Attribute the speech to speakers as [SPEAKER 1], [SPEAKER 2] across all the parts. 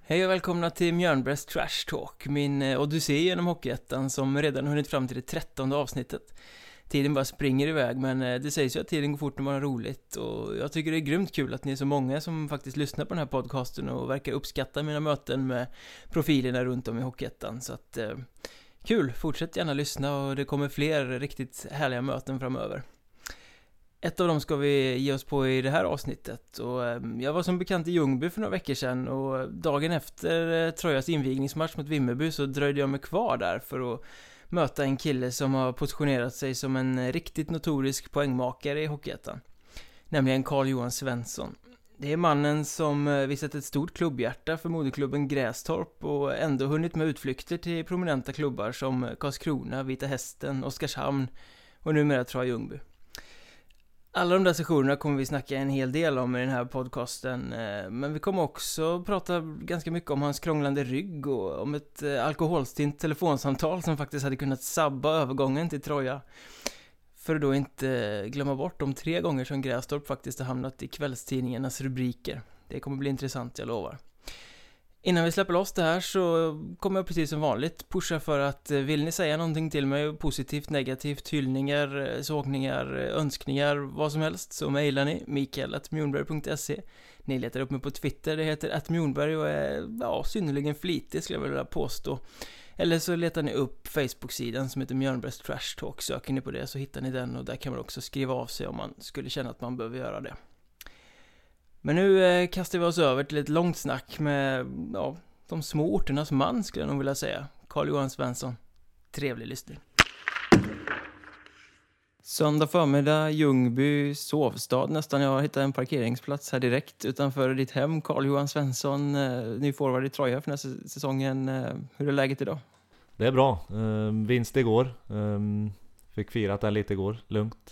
[SPEAKER 1] Hej och välkomna till Mjölnbergs Trash Talk, min odyssé genom Hockeyettan som redan hunnit fram till det 13:e avsnittet. Tiden bara springer iväg, men det sägs ju att tiden går fort när man har roligt, och jag tycker det är grymt kul att ni är så många som faktiskt lyssnar på den här podcasten och verkar uppskatta mina möten med profilerna runt om i Hockeyettan. Så att kul, fortsätt gärna lyssna och det kommer fler riktigt härliga möten framöver. Ett av dem ska vi ge oss på i det här avsnittet, och jag var som bekant i Ljungby för några veckor sedan, och dagen efter Trojas invigningsmatch mot Vimmerby så dröjde jag mig kvar där för att möta en kille som har positionerat sig som en riktigt notorisk poängmakare i Hockeyettan, nämligen Carl-Johan Svensson. Det är mannen som visat ett stort klubbhjärta för moderklubben Grästorp och ändå hunnit med utflykter till prominenta klubbar som Karlskrona, Vita Hästen, Oskarshamn och numera Troja Ljungby. Alla de där sessionerna kommer vi snacka en hel del om i den här podcasten, men vi kommer också prata ganska mycket om hans krånglande rygg och om ett alkoholstint telefonsamtal som faktiskt hade kunnat sabba övergången till Troja. För att då inte glömma bort de 3 gånger som Grästorp faktiskt har hamnat i kvällstidningarnas rubriker. Det kommer bli intressant, jag lovar. Innan vi släpper loss det här så kommer jag precis som vanligt pusha för att vill ni säga någonting till mig, positivt, negativt, hyllningar, sågningar, önskningar, vad som helst, så mejlar ni mikael@mjornberg.se. Ni letar upp mig på Twitter, det heter @mjornberg och är synnerligen flitig skulle jag vilja påstå. Eller så letar ni upp Facebook-sidan som heter Mjölnbergs Trash Talk, söker ni på det så hittar ni den, och där kan man också skriva av sig om man skulle känna att man behöver göra det. Men nu kastar vi oss över till ett långt snack med de små orternas man, skulle jag nog vilja säga. Carl-Johan Svensson. Trevlig lyssning. Söndag förmiddag, Ljungby, sovstad nästan. Jag har hittat en parkeringsplats här direkt utanför ditt hem. Carl-Johan Svensson, ny forward i Troja för nästa säsongen. Hur är läget idag?
[SPEAKER 2] Det är bra. Vinst igår. Fick firat den lite igår. Lugnt.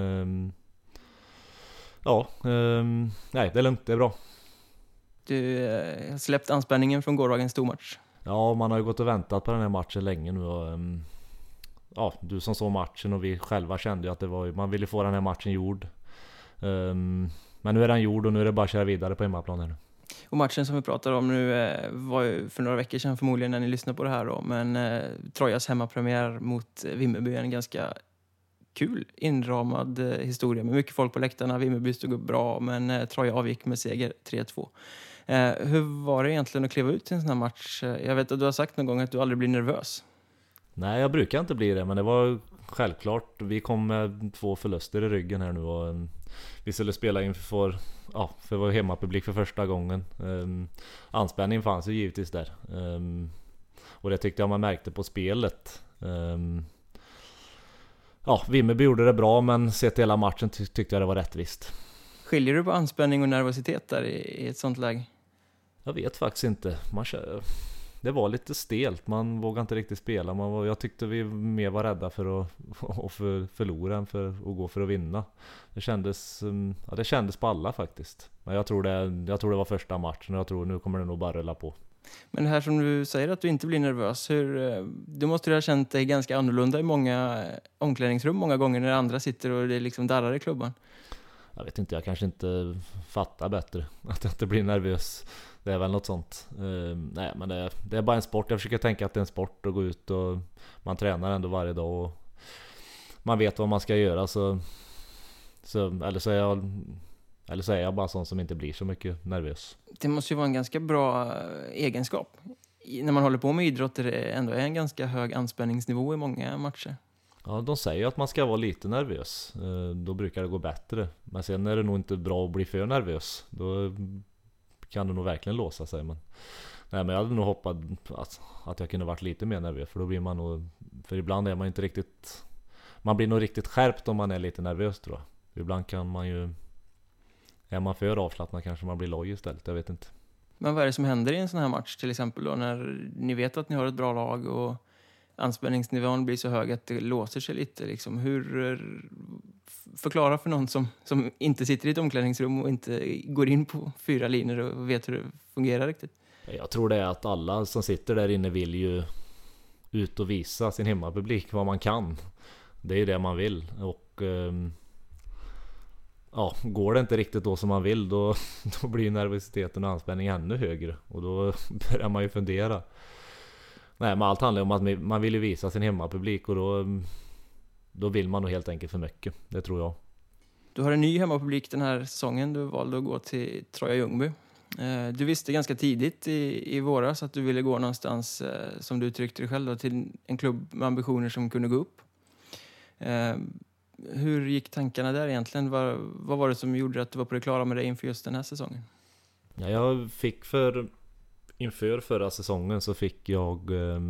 [SPEAKER 2] Nej, det är lugnt, det är bra.
[SPEAKER 1] Du har släppt anspänningen från gårdagens stormatch.
[SPEAKER 2] Ja, man har ju gått och väntat på den här matchen länge nu. Och, du som såg matchen och vi själva kände ju att man ville få den här matchen gjord. Men nu är den gjord och nu är det bara att köra vidare på hemmaplan här nu.
[SPEAKER 1] Och matchen som vi pratar om nu var ju för några veckor sedan förmodligen när ni lyssnade på det här då. Men Trojas hemmapremiär mot Vimmerby är en ganska kul inramad historia med mycket folk på läktarna. Vimmerby stod upp bra, men Troja avgick med seger 3-2. Hur var det egentligen att kliva ut i en sån här match? Jag vet att du har sagt någon gång att du aldrig blir nervös.
[SPEAKER 2] Nej, jag brukar inte bli det, men det var självklart. Vi kom med 2 förluster i ryggen här nu och vi skulle spela inför för vår hemmapublik för första gången. Anspänning fanns ju givetvis där. Och det tyckte jag man märkte på spelet. Vimmerby gjorde det bra, men sett hela matchen tyckte jag det var rättvist. Skiljer
[SPEAKER 1] du på anspänning och nervositet där i ett sånt läge?
[SPEAKER 2] Jag vet faktiskt inte. Det var lite stelt, man vågade inte riktigt spela. Jag tyckte vi mer var rädda för att förlora än för att gå för att vinna. Det kändes på alla faktiskt. Men jag tror det var första matchen och jag tror nu kommer det nog bara rulla på.
[SPEAKER 1] Men det här som du säger att du inte blir nervös, du måste ju ha känt dig ganska annorlunda i många omklädningsrum många gånger när andra sitter och det liksom darrar i klubban.
[SPEAKER 2] Jag vet inte, jag kanske inte fattar bättre att jag inte blir nervös. Det är väl något sånt. Nej, men det är bara en sport. Jag försöker tänka att det är en sport att gå ut och man tränar ändå varje dag och man vet vad man ska göra eller så är jag bara sån som inte blir så mycket nervös.
[SPEAKER 1] Det måste ju vara en ganska bra egenskap. När man håller på med idrott är det ändå en ganska hög anspänningsnivå i många matcher.
[SPEAKER 2] Ja, de säger att man ska vara lite nervös. Då brukar det gå bättre. Men sen är det nog inte bra att bli för nervös. Då kan det nog verkligen låsa sig. Men jag hade nog hoppat att jag kunde varit lite mer nervös. För då blir man nog... För ibland är man inte riktigt... Man blir nog riktigt skärpt om man är lite nervös, tror jag. Ibland kan man ju... Är man för avslappnad kanske man blir loj istället, jag vet inte.
[SPEAKER 1] Men vad är det som händer i en sån här match till exempel då? När ni vet att ni har ett bra lag och anspänningsnivån blir så hög att det låser sig lite. Liksom. Förklara för någon som inte sitter i ett omklädningsrum och inte går in på 4 linjer och vet hur det fungerar riktigt.
[SPEAKER 2] Jag tror det är att alla som sitter där inne vill ju ut och visa sin hemmapublik vad man kan. Det är ju det man vill. Och ja, går det inte riktigt då som man vill, då blir nervositeten och anspänningen ännu högre. Och då börjar man ju fundera. Nej, men allt handlar om att man vill ju visa sin hemmapublik, och då vill man nog helt enkelt för mycket. Det tror jag.
[SPEAKER 1] Du har en ny hemmapublik den här säsongen. Du valde att gå till Troja Ljungby. Du visste ganska tidigt i våras att du ville gå någonstans, som du uttryckte det själv då, till en klubb med ambitioner som kunde gå upp. Hur gick tankarna där egentligen? Vad var det som gjorde att du var på det klara med det inför just den här säsongen?
[SPEAKER 2] Ja, jag fick inför förra säsongen så fick jag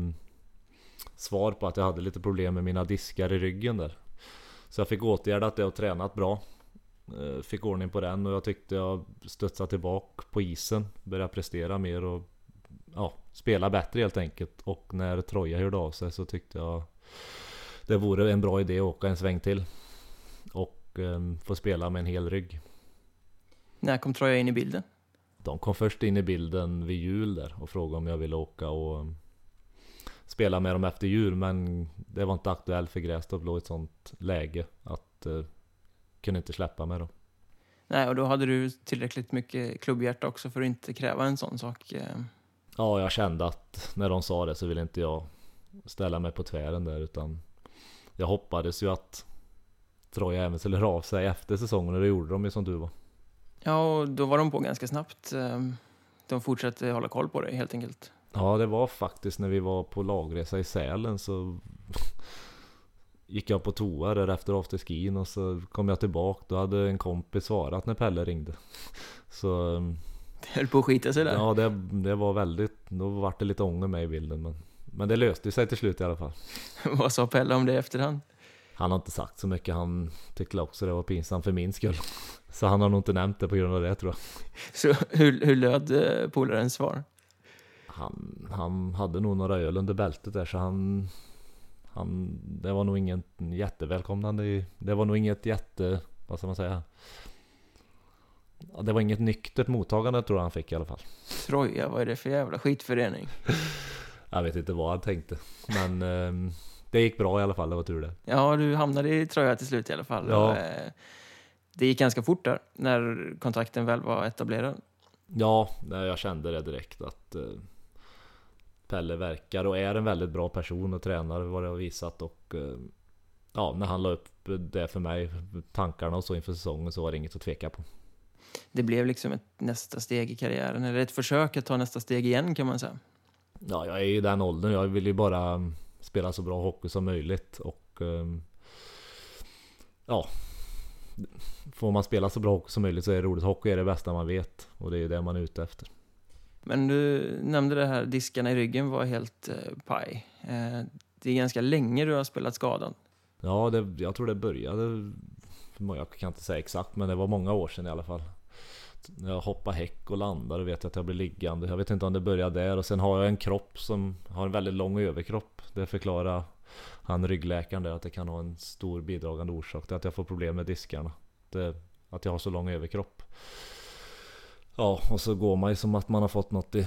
[SPEAKER 2] svar på att jag hade lite problem med mina diskar i ryggen där. Så jag fick åtgärdat det och tränat bra. Fick ordning på den, och jag tyckte jag studsade tillbaka på isen, började prestera mer och spela bättre helt enkelt. Och när Troja hörde av sig så tyckte jag det vore en bra idé att åka en sväng till och få spela med en hel rygg.
[SPEAKER 1] När kom Troja in i bilden?
[SPEAKER 2] De kom först in i bilden vid jul där och frågade om jag ville åka och spela med dem efter jul, men det var inte aktuellt för Grästorp låg i ett sånt läge att kunde inte släppa mig då.
[SPEAKER 1] Nej, och då hade du tillräckligt mycket klubbhjärta också för att inte kräva en sån sak.
[SPEAKER 2] Ja, jag kände att när de sa det så ville inte jag ställa mig på tvären där, utan jag hoppades ju att Troja även skulle höra av sig efter säsongen, och det gjorde de ju som du var.
[SPEAKER 1] Ja, och då var de på ganska snabbt. De fortsatte hålla koll på dig helt enkelt.
[SPEAKER 2] Ja, det var faktiskt när vi var på lagresa i Sälen så gick jag på toa där efter afterskin, och så kom jag tillbaka. Då hade en kompis svarat när Pelle ringde. Så
[SPEAKER 1] det höll på att skita sig där.
[SPEAKER 2] Ja, det var väldigt, då var det lite ånger med i bilden, men det löste sig till slut i alla fall.
[SPEAKER 1] Vad sa Pelle om det i efterhand?
[SPEAKER 2] Han har inte sagt så mycket. Han tyckte också det var pinsamt för min skull. Så han har nog inte nämnt det på grund av det, tror jag.
[SPEAKER 1] Så hur löd polarens svar?
[SPEAKER 2] Han hade nog några öl under bältet där, så det var nog inget jättevälkomnande. Det var nog inget vad ska man säga? Det var inget nyktert mottagande, tror jag han fick i alla fall.
[SPEAKER 1] Troja, vad är det för jävla skitförening?
[SPEAKER 2] Jag vet inte vad han tänkte, men det gick bra i alla fall, det var tur det.
[SPEAKER 1] Ja, du hamnade i Troja till slut i alla fall.
[SPEAKER 2] Ja.
[SPEAKER 1] Det gick ganska fort där, när kontakten väl var etablerad.
[SPEAKER 2] Ja, jag kände det direkt att Pelle verkar och är en väldigt bra person och tränare, vad det har visat. Och när han la upp det för mig, tankarna och så inför säsongen, så var det inget att tveka på.
[SPEAKER 1] Det blev liksom ett nästa steg i karriären, eller ett försök att ta nästa steg igen, kan man säga.
[SPEAKER 2] Ja, jag är i den åldern. Jag vill ju bara spela så bra hockey som möjligt. Och får man spela så bra hockey som möjligt så är det roligt. Hockey är det bästa man vet, och det är det man är ute efter. Men
[SPEAKER 1] du nämnde det här, diskarna i ryggen var helt paj. Det är ganska länge du har spelat skadad.
[SPEAKER 2] Ja, jag tror det började, jag kan inte säga exakt, men det var många år sedan i alla fall. Jag hoppade häck och landade och vet att jag blev liggande. Jag vet inte om det började där. Och sen har jag en kropp som har en väldigt lång överkropp. Det förklarar han ryggläkaren där, att det kan ha en stor bidragande orsak till att jag får problem med diskarna. Att jag har så lång överkropp. Ja, och så går man ju som att man har fått något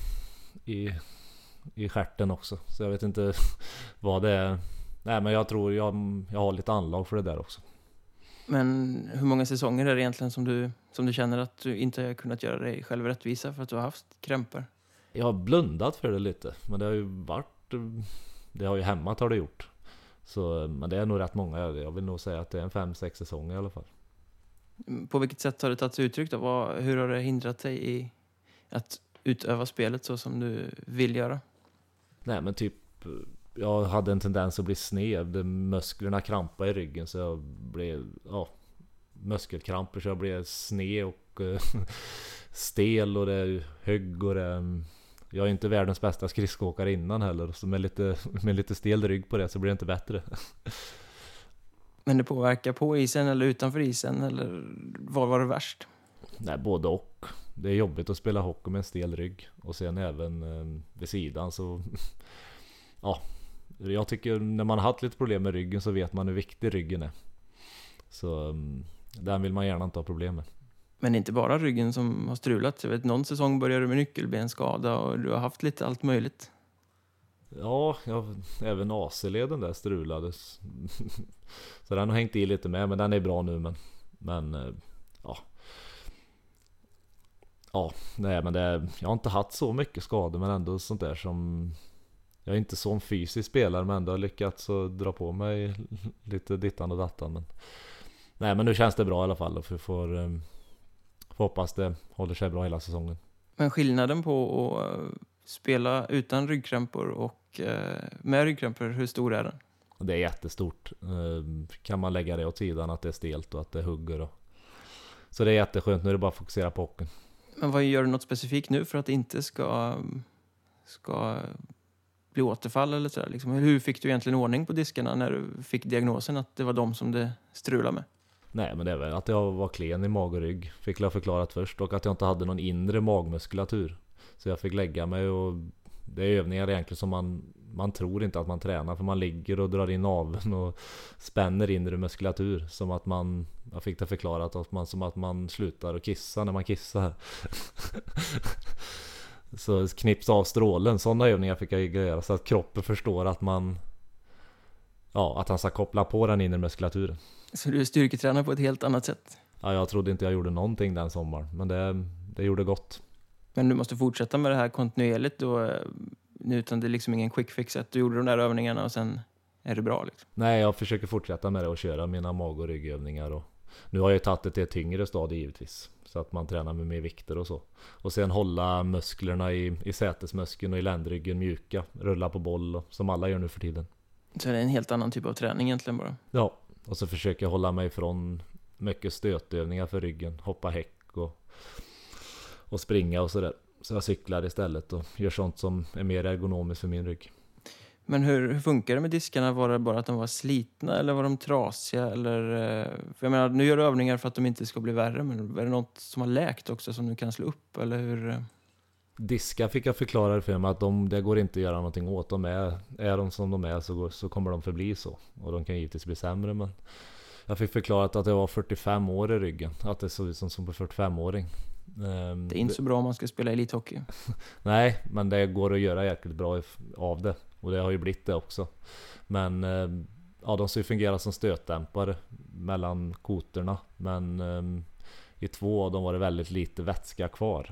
[SPEAKER 2] i stjärten också. Så jag vet inte vad det är. Nej, men jag tror jag har lite anlag för det där också.
[SPEAKER 1] Men hur många säsonger är det egentligen som du känner att du inte har kunnat göra dig själv rättvisa för att du har haft krämpor?
[SPEAKER 2] Jag har blundat för det lite, men det har ju hämmat har det gjort. Så, men det är nog rätt många. Jag vill nog säga att det är en 5-6 säsonger i alla fall.
[SPEAKER 1] På vilket sätt har det tagit sig uttryck då? Hur har det hindrat dig i att utöva spelet så som du vill göra?
[SPEAKER 2] Nej, men typ jag hade en tendens att bli sned. Musklerna krampade i ryggen, så jag blev muskelkramper, så jag blev sned och stel, och det högg, och jag är inte världens bästa skridskoåkare innan heller, så med lite stel rygg på det så blir det inte bättre.
[SPEAKER 1] Men det påverkar på isen eller utanför isen, eller vad var det värst?
[SPEAKER 2] Nej, både och. Det är jobbigt att spela hockey med en stel rygg, och sen även vid sidan så jag tycker när man har haft lite problem med ryggen så vet man hur viktig ryggen är. Så den vill man gärna inte ha problem med. Men
[SPEAKER 1] inte bara ryggen som har strulat. Jag vet, någon säsong började du med nyckelbenskada och du har haft lite allt möjligt.
[SPEAKER 2] Ja, även AC-leden där strulades. Så den har hängt i lite med, men den är bra nu. Men nej men jag har inte haft så mycket skador, men ändå sånt där som... Jag är inte så en fysisk spelare, men ändå har lyckats att dra på mig lite dittan och dattan. Men, nej, men nu känns det bra i alla fall, och vi får hoppas det håller sig bra hela säsongen.
[SPEAKER 1] Men skillnaden på att spela utan ryggkrämpor och med ryggkrämpor, hur stor är den?
[SPEAKER 2] Det är jättestort. Kan man lägga det åt sidan att det är stelt och att det hugger. Så det är jätteskönt. Nu är det bara att fokusera på hockeyn.
[SPEAKER 1] Men vad gör du något specifikt nu för att det inte ska bli återfall eller sådär? Liksom, hur fick du egentligen ordning på diskarna när du fick diagnosen att det var de som det strulade med?
[SPEAKER 2] Nej, men det är väl att jag var klen i mag och rygg. Fick jag förklarat först. Och att jag inte hade någon inre magmuskulatur. Så jag fick lägga mig, och det är övningar egentligen som man tror inte att man tränar, för man ligger och drar in naveln och spänner inre muskulatur, som att jag fick det förklarat som att man slutar att kissa när man kissar. Så knipsa av strålen, sådana övningar fick jag göra, så att kroppen förstår att att han ska koppla på den inre muskulaturen.
[SPEAKER 1] Så du styrketränar på ett helt annat sätt?
[SPEAKER 2] Ja, jag trodde inte jag gjorde någonting den sommaren, men det gjorde gott.
[SPEAKER 1] Men du måste fortsätta med det här kontinuerligt då, utan det är liksom ingen quick fix att du gjorde de där övningarna och sen är det bra liksom?
[SPEAKER 2] Nej, jag försöker fortsätta med det och köra mina mag- och ryggövningar. Och nu har jag ju tagit det till ett tyngre stadie givetvis, så att man tränar med mer vikter och så. Och sen hålla musklerna i sätesmuskeln och i ländryggen mjuka, rulla på boll, som alla gör nu för tiden.
[SPEAKER 1] Så det är en helt annan typ av träning egentligen bara?
[SPEAKER 2] Ja, och så försöker jag hålla mig från mycket stötövningar för ryggen, hoppa häck och springa och sådär. Så jag cyklar istället och gör sånt som är mer ergonomiskt för min rygg.
[SPEAKER 1] Men hur funkar det med diskarna? Var det bara att de var slitna eller var de trasiga? Eller, för jag menar, nu gör du övningar för att de inte ska bli värre, men är det något som har läkt också som du kan slå upp? Eller hur?
[SPEAKER 2] Diskar fick jag förklara för mig att det går inte att göra någonting åt. Är de som de är så kommer de förbli så. Och de kan givetvis bli sämre, men jag fick förklarat att jag var 45 år i ryggen. Att det såg ut som på 45-åring.
[SPEAKER 1] Det är inte så bra om man ska spela elithockey.
[SPEAKER 2] Nej, men det går att göra jäkligt bra av det. Och det har ju blivit det också. Men de ska ju fungera som stötdämpare mellan kotorna. Men i 2 av dem var det väldigt lite vätska kvar.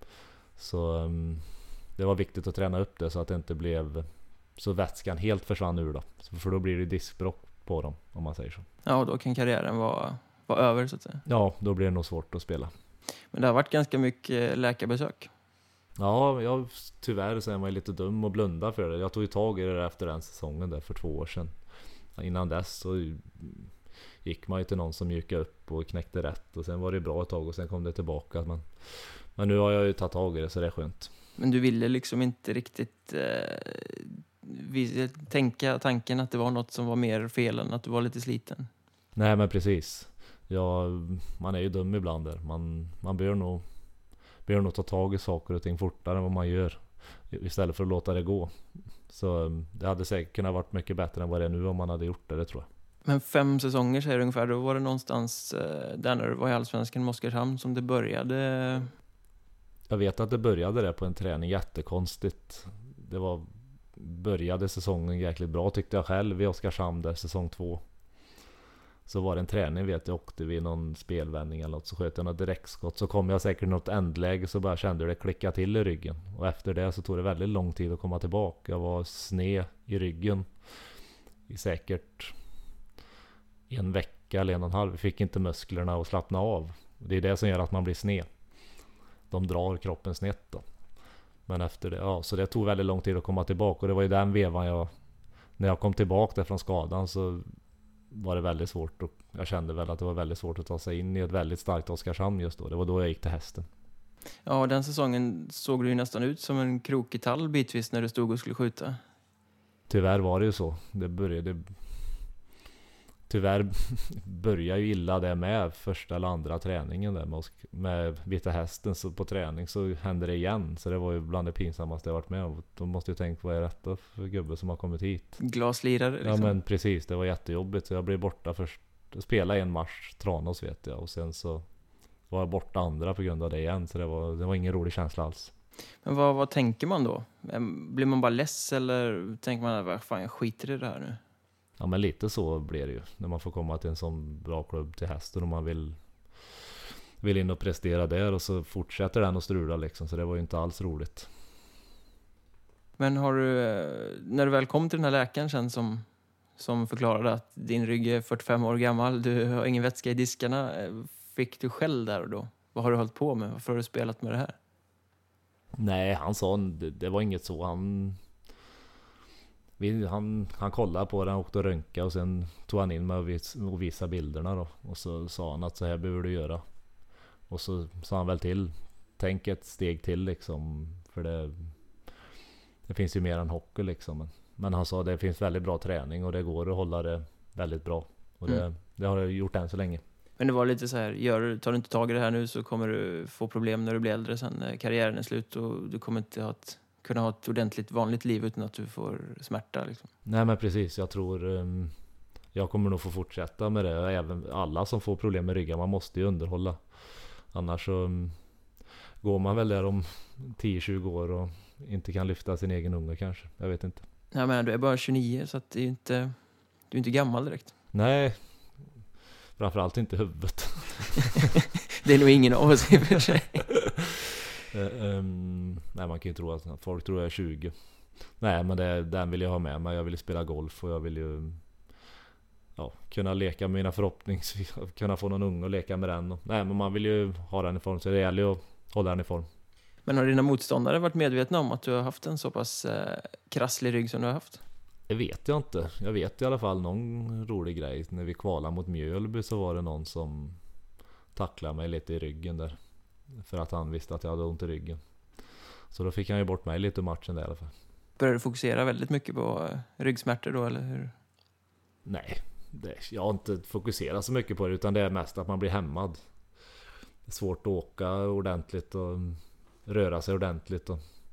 [SPEAKER 2] Så det var viktigt att träna upp det så att det inte blev så vätskan helt försvann ur då. För då blir det diskbråck på dem, om man säger så.
[SPEAKER 1] Ja, då kan karriären vara över så att säga.
[SPEAKER 2] Ja, då blir det nog svårt att spela.
[SPEAKER 1] Men det har varit ganska mycket läkarbesök.
[SPEAKER 2] Ja, tyvärr så är man lite dum och blundar för det. Jag tog ju tag i det efter den säsongen där för 2 år sedan. Innan dess så gick man ju till någon som mjukade upp och knäckte rätt. Och sen var det bra ett tag och sen kom det tillbaka. Men nu har jag ju tagit tag i det, så det är skönt. Men
[SPEAKER 1] du ville liksom inte riktigt tänka tanken att det var något som var mer fel än att du var lite sliten? Nej, men precis. Man är ju dum ibland där. Man bör nog ta tag i saker och ting fortare än vad man gör, istället för att låta det gå. Så det hade säkert kunnat varit mycket bättre än vad det är nu om man hade gjort det tror jag. Men 5 säsonger säger du ungefär, då var det någonstans där när du var i Allsvenskan i Oskarshamn som det började? Jag vet att det började där på en träning, jättekonstigt. Började säsongen jäkligt bra tyckte jag själv i Oskarshamn där, säsong 2. Så var det en träning, vet jag, åkte vi någon spelvändning eller något, så sköt jag något direktskott, så kom jag säkert något ändläge, så bara kände det klicka till i ryggen. Och efter det så tog det väldigt lång tid att komma tillbaka. Jag var sned i ryggen i säkert 1 vecka eller 1,5. Vi fick inte musklerna att slappna av. Det är det som gör att man blir sned. De drar kroppen snett då. Men efter det, så det tog väldigt lång tid att komma tillbaka. Och det var ju den vevan när jag kom tillbaka där från skadan, så var det väldigt svårt, och jag kände väl att det var väldigt svårt att ta sig in i ett väldigt starkt Oskarshamn just då. Det var då jag gick till hästen. Ja, den säsongen såg du ju nästan ut som en krokig tall bitvis när du stod och skulle skjuta. Tyvärr var det ju så. Tyvärr började ju illa det med första eller andra träningen där med Vita hästen, så på träning så hände det igen. Så det var ju bland det pinsammaste jag varit med om. De måste ju tänka, vad är detta för gubbe som har kommit hit? Glaslirare liksom. Ja, men precis, det var jättejobbigt. Så jag blev borta först, spelade 1 match, Tranås vet jag, och sen så var jag borta andra på grund av det igen. Så det var ingen rolig känsla alls. Men vad tänker man då? Blir man bara less eller tänker man, vad fan, jag skiter i det här nu? Ja, men lite så blir det ju när man får komma till en sån bra klubb till hästen, och man vill
[SPEAKER 2] vill in och prestera där, och så fortsätter den att strula liksom, så det var ju inte alls roligt.
[SPEAKER 1] Men har du, när du väl kom till den här läkaren sen som förklarade att din rygg är 45 år gammal, du har ingen vätska i diskarna, fick du skäll där och då? Vad har du hållit på med? Varför har du spelat med det här?
[SPEAKER 2] Nej, han sa det var inget så. Han kollade på den och åkte och röntgade, och sen tog han in mig och visade bilderna då. Och så sa han att så här behöver du göra. Och så sa han väl till, tänk ett steg till liksom, för det finns ju mer än hockey liksom. Men han sa det finns väldigt bra träning och det går att hålla det väldigt bra. Och det har jag gjort än så länge.
[SPEAKER 1] Men det var lite så här, tar du inte tag i det här nu så kommer du få problem när du blir äldre sen, när karriären är slut, och du kommer inte kunna ha ett ordentligt vanligt liv utan att du får smärta liksom.
[SPEAKER 2] Nej men precis, jag tror jag kommer nog få fortsätta med det. Även alla som får problem med ryggar, man måste ju underhålla. Annars så går man väl där om 10-20 år och inte kan lyfta sin egen unge kanske. Jag vet inte.
[SPEAKER 1] Nej, men du är bara 29, så att du är inte gammal direkt.
[SPEAKER 2] Nej, framförallt inte huvudet.
[SPEAKER 1] Det är nog ingen av oss i och för sig.
[SPEAKER 2] Nej, man kan ju tro att folk tror jag är 20. Nej, men den vill jag ha med mig. Jag vill spela golf och jag vill ju kunna leka med mina förhoppningsvis, kunna få någon unge och leka med den. Nej, men man vill ju ha den i form, så det gäller ju att hålla den i form.
[SPEAKER 1] Men har dina motståndare varit medvetna om att du har haft en så pass krasslig rygg som du har haft?
[SPEAKER 2] Det vet jag inte. Jag vet i alla fall någon rolig grej. När vi kvalade mot Mjölby så var det någon som tacklade mig lite i ryggen där. För att han visste att jag hade ont i ryggen. Så då fick han ju bort mig lite ur matchen där i alla fall.
[SPEAKER 1] Började du fokusera väldigt mycket på ryggsmärtor då, eller hur?
[SPEAKER 2] Nej, jag har inte fokuserat så mycket på det, utan det är mest att man blir hämmad. Det är svårt att åka ordentligt och röra sig ordentligt.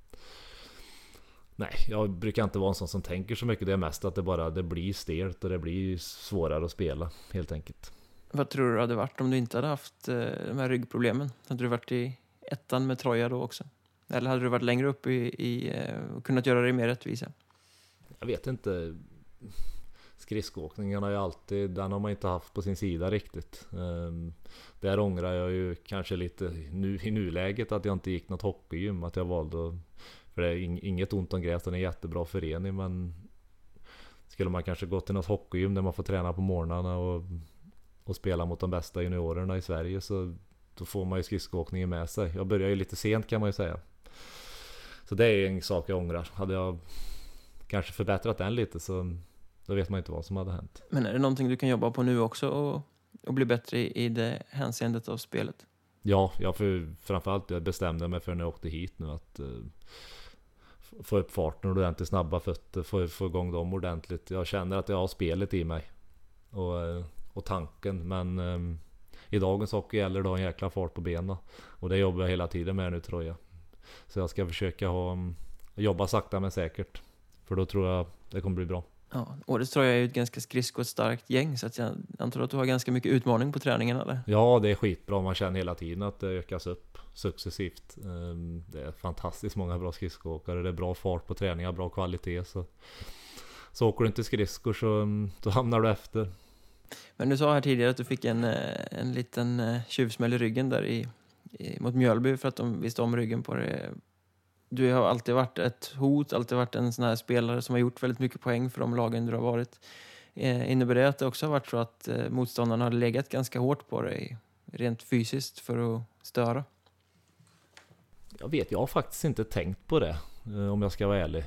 [SPEAKER 2] Nej, jag brukar inte vara en sån som tänker så mycket. Det är mest att det blir stelt och det blir svårare att spela, helt enkelt.
[SPEAKER 1] Vad tror du hade varit om du inte hade haft de här ryggproblemen? Hade du varit i ettan med Troja då också? Eller hade du varit längre upp och kunnat göra det mer rättvisa?
[SPEAKER 2] Jag vet inte. Skridskoåkningen har ju alltid, den har man inte haft på sin sida riktigt. Där ångrar jag ju kanske lite i nuläget att jag inte gick något hockeygym, att jag valde för det är inget ont om gräs, det är en jättebra förening, men skulle man kanske gå till något hockeygym där man får träna på morgnarna och spela mot de bästa juniorerna i Sverige, så då får man ju skridskoåkningen med sig. Jag började ju lite sent, kan man ju säga. Så det är en sak jag ångrar. Hade jag kanske förbättrat den lite, så då vet man inte vad som hade hänt.
[SPEAKER 1] Men är det någonting du kan jobba på nu också och bli bättre i det hänseendet av spelet?
[SPEAKER 2] Ja, framförallt jag bestämde mig för när jag åkte hit nu att få upp farten ordentligt, snabba fötter, få igång dem ordentligt. Jag känner att jag har spelet i mig och tanken, men i dagens hockey gäller det att ha en jäkla fart på benen, och det jobbar jag hela tiden med nu, tror jag. Så jag ska försöka jobba sakta men säkert, för då tror jag det kommer bli bra.
[SPEAKER 1] Ja, årets Troja är ju ett ganska starkt gäng, så att jag antar att du har ganska mycket utmaning på träningen, eller?
[SPEAKER 2] Ja, det är skitbra. Man känner hela tiden att det ökas upp successivt. Det är fantastiskt många bra skridskoåkare. Det är bra fart på träningar, bra kvalitet. Så åker du inte skridskor så hamnar du efter. Men
[SPEAKER 1] du sa här tidigare att du fick en liten tjuvsmäll i ryggen där mot Mjölby för att de visste om ryggen på det. Du har alltid varit ett hot, alltid varit en sån här spelare som har gjort väldigt mycket poäng för de lagen du har varit. Innebär det att det också har varit så att motståndarna har legat ganska hårt på dig rent fysiskt för att störa?
[SPEAKER 2] Jag har faktiskt inte tänkt på det, om jag ska vara ärlig.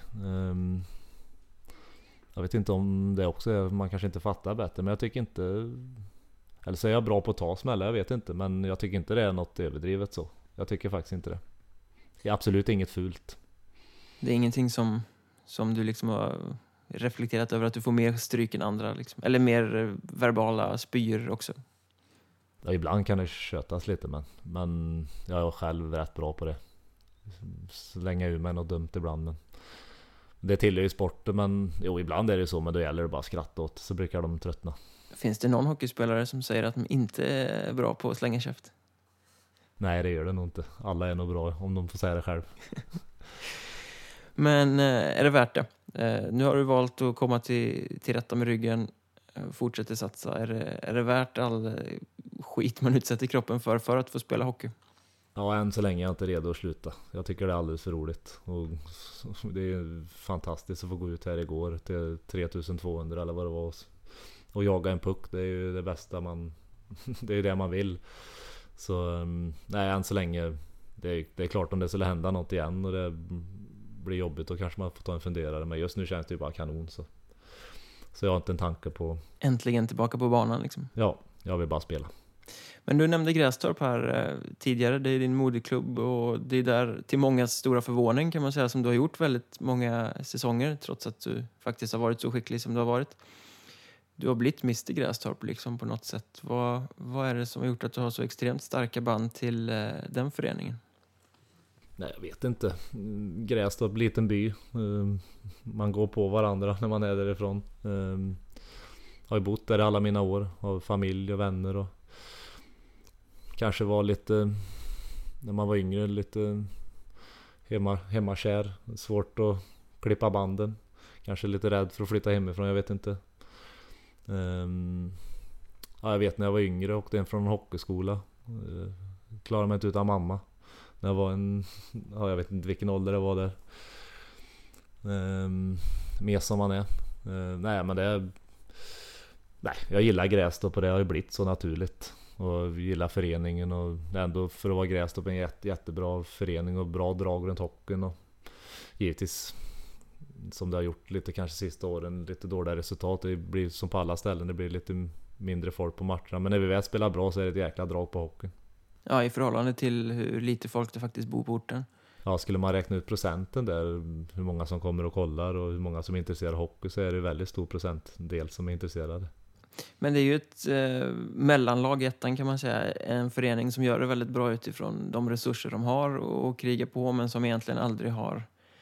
[SPEAKER 2] Jag vet inte om det också är, man kanske inte fattar bättre, men jag tycker inte, eller så är jag bra på att ta smällar, jag vet inte, men jag tycker inte det är något överdrivet så. Jag tycker faktiskt inte det. Det är absolut inget fult.
[SPEAKER 1] Det är ingenting som du liksom har reflekterat över, att du får mer stryk än andra liksom. Eller mer verbala spyr också?
[SPEAKER 2] Ja, ibland kan det kötas lite, men jag är själv rätt bra på det. Slänga ur mig något dumt ibland, men det tillhör ju sporten, men ibland är det så, men då gäller det bara att skratta åt, så brukar de tröttna.
[SPEAKER 1] Finns det någon hockeyspelare som säger att de inte är bra på att slänga käft?
[SPEAKER 2] Nej, det gör det nog inte. Alla är nog bra om de får säga det själv.
[SPEAKER 1] Men är det värt det? Nu har du valt att komma till rätta med ryggen. fortsätter satsa? Är det värt all skit man utsätter kroppen för att få spela hockey?
[SPEAKER 2] Ja, än så länge är jag inte redo att sluta. Jag tycker det är alldeles för roligt. Och det är fantastiskt att få gå ut här igår till 3200 eller vad det var. Och jaga en puck, det är ju det bästa det är det man vill. Så nej, än så länge det är klart, om det skulle hända något igen och det blir jobbigt, då kanske man får ta en funderare. Men just nu känns det ju bara kanon, så jag har inte en tanke på...
[SPEAKER 1] Äntligen tillbaka på banan liksom.
[SPEAKER 2] Ja, jag vill bara spela.
[SPEAKER 1] Men du nämnde Grästorp här tidigare, det är din moderklubb och det är där till många stora förvåning kan man säga som du har gjort väldigt många säsonger trots att du faktiskt har varit så skicklig som du har varit. Du har blivit Mr. Grästorp liksom på något sätt. Vad är det som har gjort att du har så extremt starka band till den föreningen?
[SPEAKER 2] Nej, jag vet inte. Grästorp, liten by. Man går på varandra när man är därifrån. Har ju bott där i alla mina år. Har familj och vänner och kanske var lite, när man var yngre, lite hemmakär. Svårt att klippa banden. Kanske lite rädd för att flytta hemifrån, jag vet inte. Ja, jag vet när jag var yngre och åkte in från en hockeyskola. Klarade mig inte utan mamma. När jag var jag vet inte vilken ålder det var där. Mer som man är. Nej, men jag gillar Grästorp och det har ju blivit så naturligt. Och gillar föreningen och ändå för att vara Grästorp en jättebra förening och bra drag runt hockeyn och givetvis som det har gjort lite kanske sista åren lite dåliga resultat. Det blir som på alla ställen, det blir lite mindre folk på matcherna, men när vi väl spelar bra så är det ett jäkla drag på hockeyn.
[SPEAKER 1] Ja, i förhållande till hur lite folk det faktiskt bor på orten.
[SPEAKER 2] Ja, skulle man räkna ut procenten där, hur många som kommer och kollar och hur många som är intresserade av hockey, så är det väldigt stor procentdel som är intresserade.
[SPEAKER 1] Men det är ju ett mellanlag i ettan kan man säga. En förening som gör det väldigt bra utifrån de resurser de har och krigar på, men som egentligen aldrig har...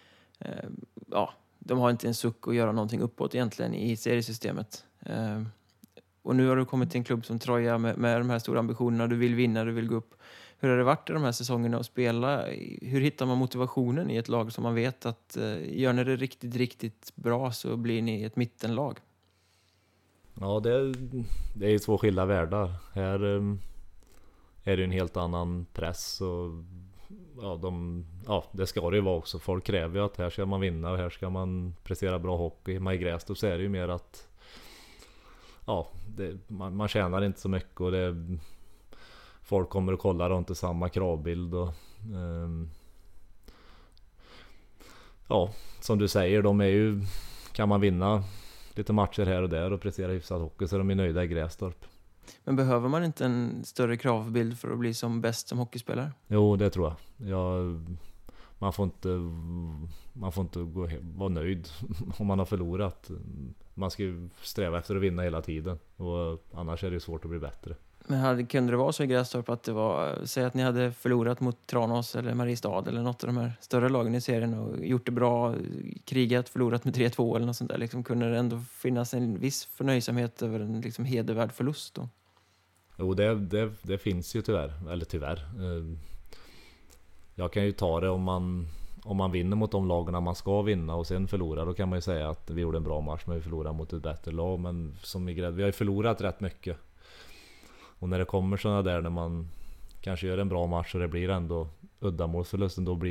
[SPEAKER 1] de har inte en suck att göra någonting uppåt egentligen i seriesystemet. Och nu har du kommit till en klubb som Troja med de här stora ambitionerna. Du vill vinna, du vill gå upp. Hur har det varit i de här säsongerna att spela? Hur hittar man motivationen i ett lag som man vet att gör ni det riktigt, riktigt bra så blir ni ett mittenlag?
[SPEAKER 2] Ja, det är ju två skilda världar. Här är det en helt annan press och det ska det ju vara också. Folk kräver ju att här ska man vinna och här ska man prestera bra hockey. I Grästorp så är det ju mer att man tjänar inte så mycket och folk kommer och kollar och inte samma kravbild och som du säger, de är ju, kan man vinna lite matcher här och där och prestera hyfsat hockey så är de ju nöjda i Grästorp.
[SPEAKER 1] Men behöver man inte en större kravbild för att bli som bäst som hockeyspelare?
[SPEAKER 2] Jo, det tror jag. Man får inte vara nöjd om man har förlorat. Man ska ju sträva efter att vinna hela tiden och annars är det svårt att bli bättre.
[SPEAKER 1] Men kunde det vara så i Grästorp att det var, säg att ni hade förlorat mot Tranås eller Mariestad eller något av de här större lagen i serien och gjort det bra, krigat, förlorat med 3-2 eller något sånt där, liksom, kunde det ändå finnas en viss förnöjsamhet över en liksom hedervärd förlust då?
[SPEAKER 2] Jo, det finns ju tyvärr. Jag kan ju ta det om man vinner mot de lagarna man ska vinna och sen förlorar, då kan man ju säga att vi gjorde en bra match men vi förlorade mot ett bättre lag. Men som vi har ju förlorat rätt mycket. Och när det kommer sådana där, när man kanske gör en bra match och det blir ändå uddamålsförlusten, då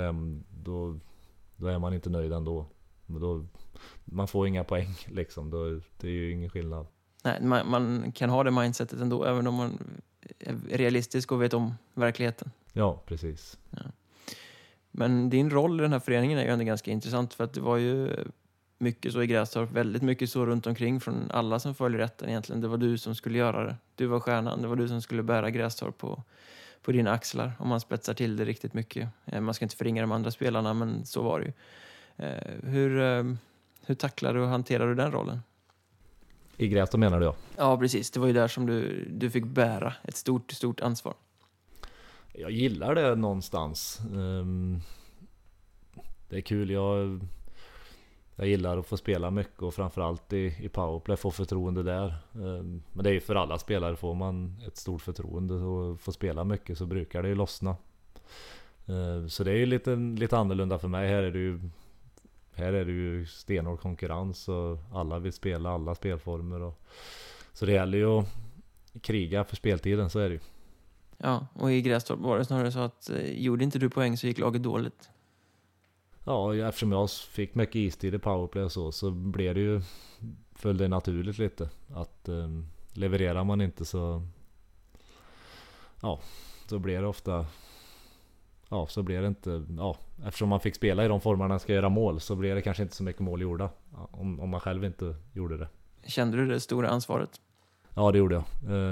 [SPEAKER 2] är man inte nöjd ändå. Man får inga poäng liksom, det är ju ingen skillnad.
[SPEAKER 1] Nej, man kan ha det mindsetet ändå, även om man är realistisk och vet om verkligheten.
[SPEAKER 2] Ja, precis.
[SPEAKER 1] Ja. Men din roll i den här föreningen är ju ändå ganska intressant, för att det var ju mycket så i Grästorp, väldigt mycket så runt omkring från alla som följer rätten egentligen. Det var du som skulle göra det. Du var stjärnan, det var du som skulle bära Grästorp på dina axlar, om man spetsar till det riktigt mycket. Man ska inte förringa de andra spelarna, men så var det ju. Hur tacklar du och hanterar du den rollen?
[SPEAKER 2] I Grästorp menar du?
[SPEAKER 1] Ja, precis. Det var ju där som du fick bära ett stort ansvar.
[SPEAKER 2] Jag gillar det någonstans. Det är kul. Jag gillar att få spela mycket och framförallt i powerplay få förtroende där. Men det är ju för alla spelare, får man ett stort förtroende och får spela mycket så brukar det ju lossna. Så det är ju lite annorlunda för mig. Här här är det ju stenhård konkurrens och alla vill spela alla spelformer. Så det gäller ju att kriga för speltiden, så är det ju.
[SPEAKER 1] Ja, och i Grästorp var det snarare så att gjorde inte du poäng så gick laget dåligt.
[SPEAKER 2] Ja, eftersom jag fick mycket istid i powerplay och så blev det ju, följde det naturligt lite att levererar man inte så blir det ofta så blir det inte eftersom man fick spela i de formerna man ska göra mål, så blir det kanske inte så mycket mål gjorda om man själv inte gjorde det.
[SPEAKER 1] Kände du det stora ansvaret?
[SPEAKER 2] Ja, det gjorde jag.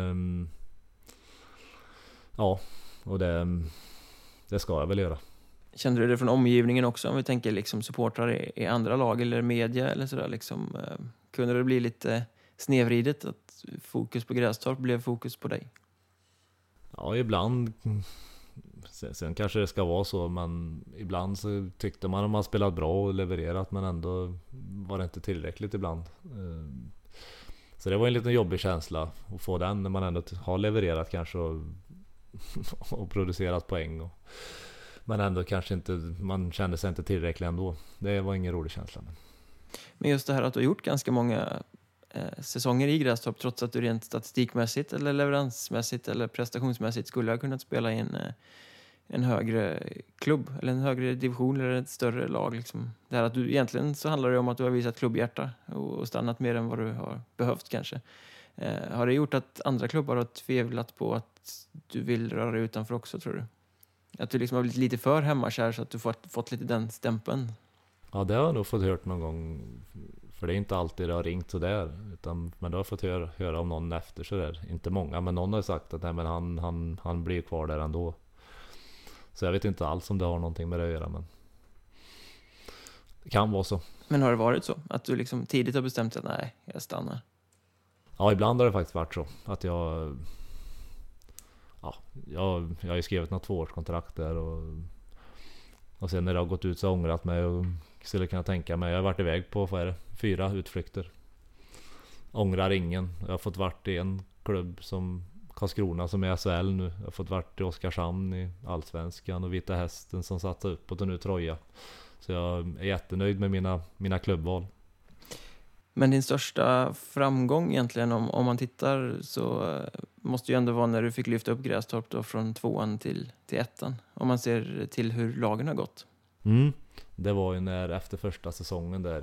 [SPEAKER 2] Och det ska jag väl göra.
[SPEAKER 1] Kände du det från omgivningen också, om vi tänker liksom supportrar i andra lag eller media eller sådär liksom, kunde det bli lite snedvridet att fokus på Grästorp blev fokus på dig?
[SPEAKER 2] Ja, ibland. Sen kanske det ska vara så, men ibland så tyckte man att man spelat bra och levererat, men ändå var det inte tillräckligt ibland. Så det var en liten jobbig känsla att få den när man ändå har levererat kanske och producerat poäng. Men ändå kanske inte, man kände sig inte tillräckligt ändå. Det var ingen rolig känsla.
[SPEAKER 1] Men just det här att du har gjort ganska många säsonger i Grästorp, trots att du rent statistikmässigt eller leveransmässigt eller prestationsmässigt skulle ha kunnat spela i en högre klubb eller en högre division eller ett större lag liksom. Det här att du egentligen, så handlar det om att du har visat klubbhjärta och stannat mer än vad du har behövt kanske. Har det gjort att andra klubbar har tvivlat på att du vill röra dig utanför också, tror du? Att du liksom har blivit lite för hemmakär så att du fått lite den stämpeln? Ja,
[SPEAKER 2] det har jag nog fått hört någon gång. För det är inte alltid det har ringt så där, men då har jag fått höra om någon efter så där. Inte många, men någon har sagt att nej, men han blir kvar där ändå. Så jag vet inte alls om det har någonting med det att göra, men det kan vara så. Men
[SPEAKER 1] har det varit så? Att du liksom tidigt har bestämt att nej, jag stannar?
[SPEAKER 2] Ja, ibland har det faktiskt varit så. Att jag har ju skrivit något 2-årskontrakt där och sen när det har gått ut så har jag ångrat mig och skulle kunna tänka mig. Jag har varit iväg på 4 utflykter. Ångrar ingen. Jag har fått varit i en klubb som Karlskrona som är SHL nu. Jag har fått varit i Oskarshamn i Allsvenskan och Vita Hästen som satsar uppåt och nu Troja. Så jag är jättenöjd med mina klubbval.
[SPEAKER 1] Men din största framgång egentligen, om man tittar, så måste ju ändå vara när du fick lyfta upp Grästorp då från 2:an till 1:an. Om man ser till hur lagen har gått.
[SPEAKER 2] Det var ju när efter första säsongen där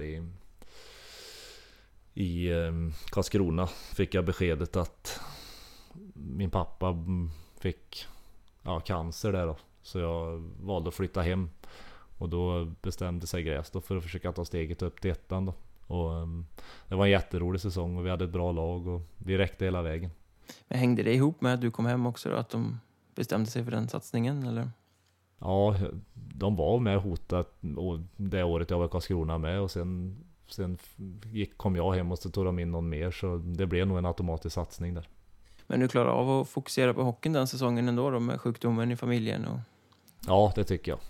[SPEAKER 2] i Karlskrona fick jag beskedet att min pappa fick cancer där då. Så jag valde att flytta hem. Och då bestämde sig Grästorp för att försöka ta steget upp till 1:an då. Och det var en jätterolig säsong och vi hade ett bra lag och vi räckte hela vägen.
[SPEAKER 1] Men hängde det ihop med att du kom hem också då, att de bestämde sig för den satsningen eller?
[SPEAKER 2] Ja, de var med hotat och det året jag var i Karlskrona med och sen kom jag hem och så tog de in någon mer, så det blev nog en automatisk satsning där.
[SPEAKER 1] Men du klarar av att fokusera på hockeyn den säsongen ändå då, med sjukdomen i familjen?
[SPEAKER 2] Ja, det tycker jag.